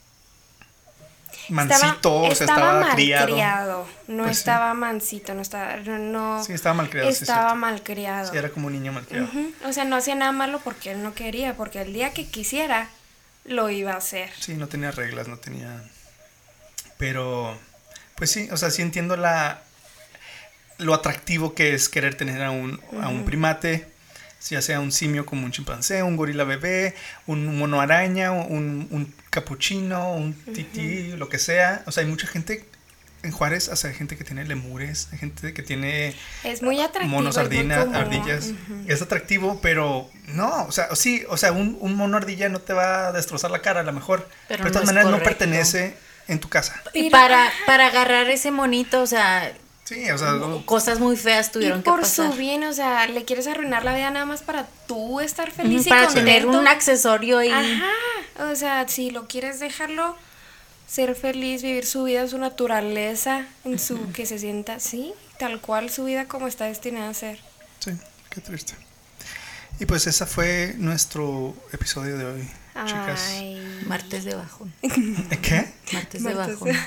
mansito, o sea, estaba criado. No Pues sí. estaba mansito, no estaba, no. Sí, estaba malcriado. sí, es Estaba cierto. malcriado. Sí, era como un niño malcriado. Ujú. O sea, no hacía nada malo porque él no quería, porque el día que quisiera, lo iba a hacer. Sí, no tenía reglas, no tenía... Pero, pues sí, o sea, sí entiendo lo atractivo que es querer tener a un primate, ya sea un simio como un chimpancé, un gorila bebé, un mono araña, un capuchino, un tití, lo que sea. O sea, hay mucha gente en Juárez, o sea, hay gente que tiene lemures, hay gente que tiene Es muy atractivo. monos, es muy común. ardillas. Ujú. Es atractivo, pero no, o sea, sí, o sea, un mono ardilla no te va a destrozar la cara a lo mejor, Pero pero de no todas es maneras no correcto. pertenece en tu casa. Y Pero- para agarrar ese monito, o sea, Sí, o sea, cosas muy feas Y tuvieron que por pasar. su bien, o sea, le quieres arruinar la vida nada más para tú estar feliz y Para contento. tener un accesorio y Ajá, o sea, si lo quieres dejarlo ser feliz, vivir su vida, su naturaleza, en su que se sienta así, tal cual su vida como está destinada a ser. sí, qué triste. Y pues ese fue nuestro episodio de hoy, chicas. Ay. martes de bajón. ¿Qué? Martes de Martes bajón.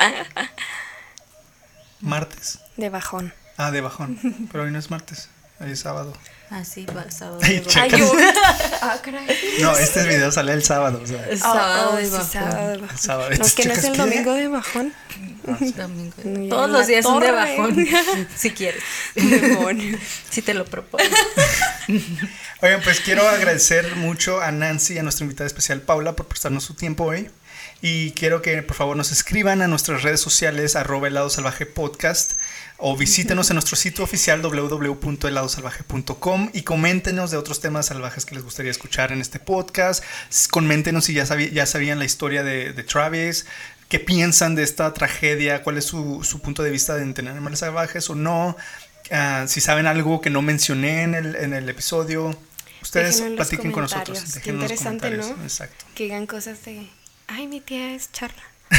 ¿Martes? De bajón. Ah, de bajón. Pero hoy no es martes, hoy es sábado. Así va, sábado Ay, de bajón. checa. Ay, yo. Ah, caray. No, este video sale el sábado, o sea, Sábado Oh, de sí, bajón. sábado de bajón. el sábado. No, que no es Chicas, el ¿qué? domingo de bajón. Domingo. No, Todos en los la días son de torre. bajón, si quieres. Demonio. Si te lo propones. Oigan, pues quiero agradecer mucho a Nancy y a nuestra invitada especial Paula por prestarnos su tiempo hoy. Y quiero que por favor nos escriban a nuestras redes sociales @heladosalvajepodcast o visítenos en nuestro sitio oficial www.heladosalvaje.com y coméntenos de otros temas salvajes que les gustaría escuchar en este podcast. Coméntenos si ya sabían la historia de Travis, qué piensan de esta tragedia, cuál es su punto de vista de tener animales salvajes o no. Si saben algo que no mencioné en el episodio, ustedes Déjenlo en los platiquen con nosotros. comentarios. Qué Déjenlo en los interesante, comentarios. ¿no? Exacto. Que digan cosas de, ay, mi tía es Charla.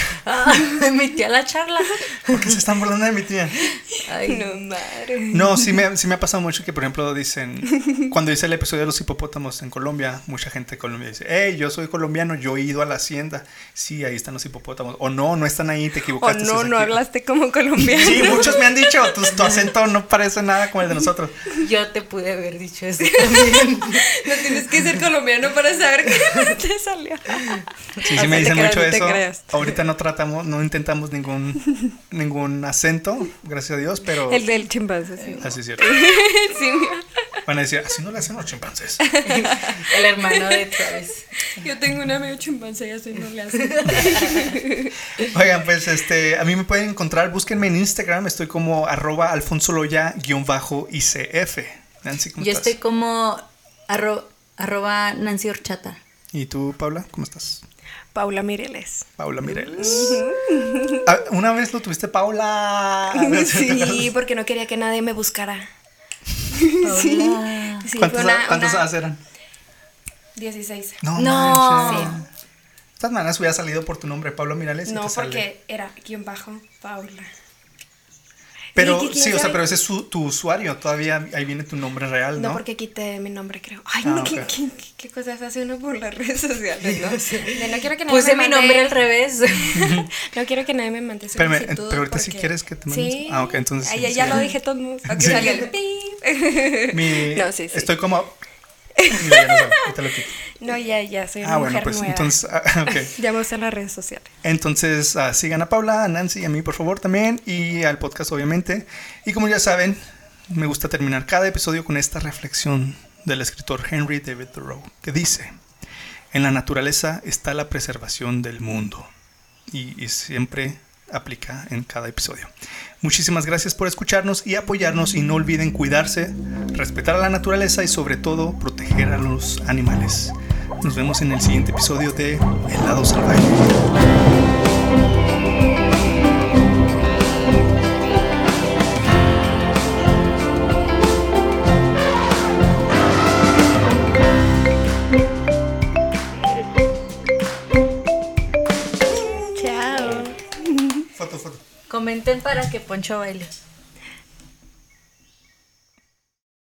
Mi tía la charla. ¿Por qué se están burlando de mi tía? Ay, No, madre. No, sí me ha pasado mucho que, por ejemplo, dicen, cuando hice el episodio de los hipopótamos en Colombia, mucha gente de Colombia dice, hey, yo soy colombiano, yo he ido a la hacienda. Sí, ahí están los hipopótamos. O no están ahí, te O equivocaste. no, es no aquí. hablaste como colombiano. Sí, muchos me han dicho, tu acento no parece nada como el de nosotros. yo te pude haber dicho eso también. No tienes que ser colombiano para saber que te salió. Sí, O sí me sea, dicen te mucho creas, no te eso. creas. Ahorita no intentamos ningún acento, gracias a Dios, pero El del chimpancé, sí. así es cierto. Sí, Van a decir, así no le hacen los chimpancés. El hermano de Travis. yo tengo un amigo chimpancé y así no le hace. Oigan, pues a mí me pueden encontrar, búsquenme en Instagram, estoy como @alfonsoloya_ICF. Nancy, ¿cómo Yo estás? estoy como arroba Nancy Horchata. ¿Y tú, Paula, cómo estás? Paula Mireles. Paula Mireles. Una vez lo tuviste, Paula. Sí, porque no quería que nadie me buscara. Hola. Sí, ¿Cuántos fue años una eran? 16. No. No. manches. De todas maneras hubiera salido por tu nombre, Paula Mireles. y No, te sale. porque era _Paula. Pero ¿Y quién sí, o sea, sabe? pero ese es tu usuario. Todavía ahí viene tu nombre real, ¿no? No, porque quité mi nombre, creo. Ay, Ah, no, ok. ¿qué cosas hace uno por las redes sociales, no? De no quiero que nadie Puse me mi mande- nombre al revés. No quiero que nadie me mande Espérame, solicitud. pero ahorita porque- si quieres que te mande. Sí. Ah, ok, entonces. Ay, sí, ya sí. lo dije todo. Aunque Sí. salga el pip. No, sí, sí. Estoy como. Mira, ya no sé, ahorita lo quito. No, ya soy una Ah, bueno, mujer pues nueva. entonces. Ok. Ya me gustan las redes sociales. Entonces, sigan a Paula, a Nancy y a mí, por favor, también. Y al podcast, obviamente. Y como ya saben, me gusta terminar cada episodio con esta reflexión del escritor Henry David Thoreau, que dice: en la naturaleza está la preservación del mundo. Y siempre aplica en cada episodio. Muchísimas gracias por escucharnos y apoyarnos. Y no olviden cuidarse, respetar a la naturaleza y sobre todo proteger a los animales. Nos vemos en el siguiente episodio de El Lado Salvaje. Chao. Foto. Comenten para que Poncho baile.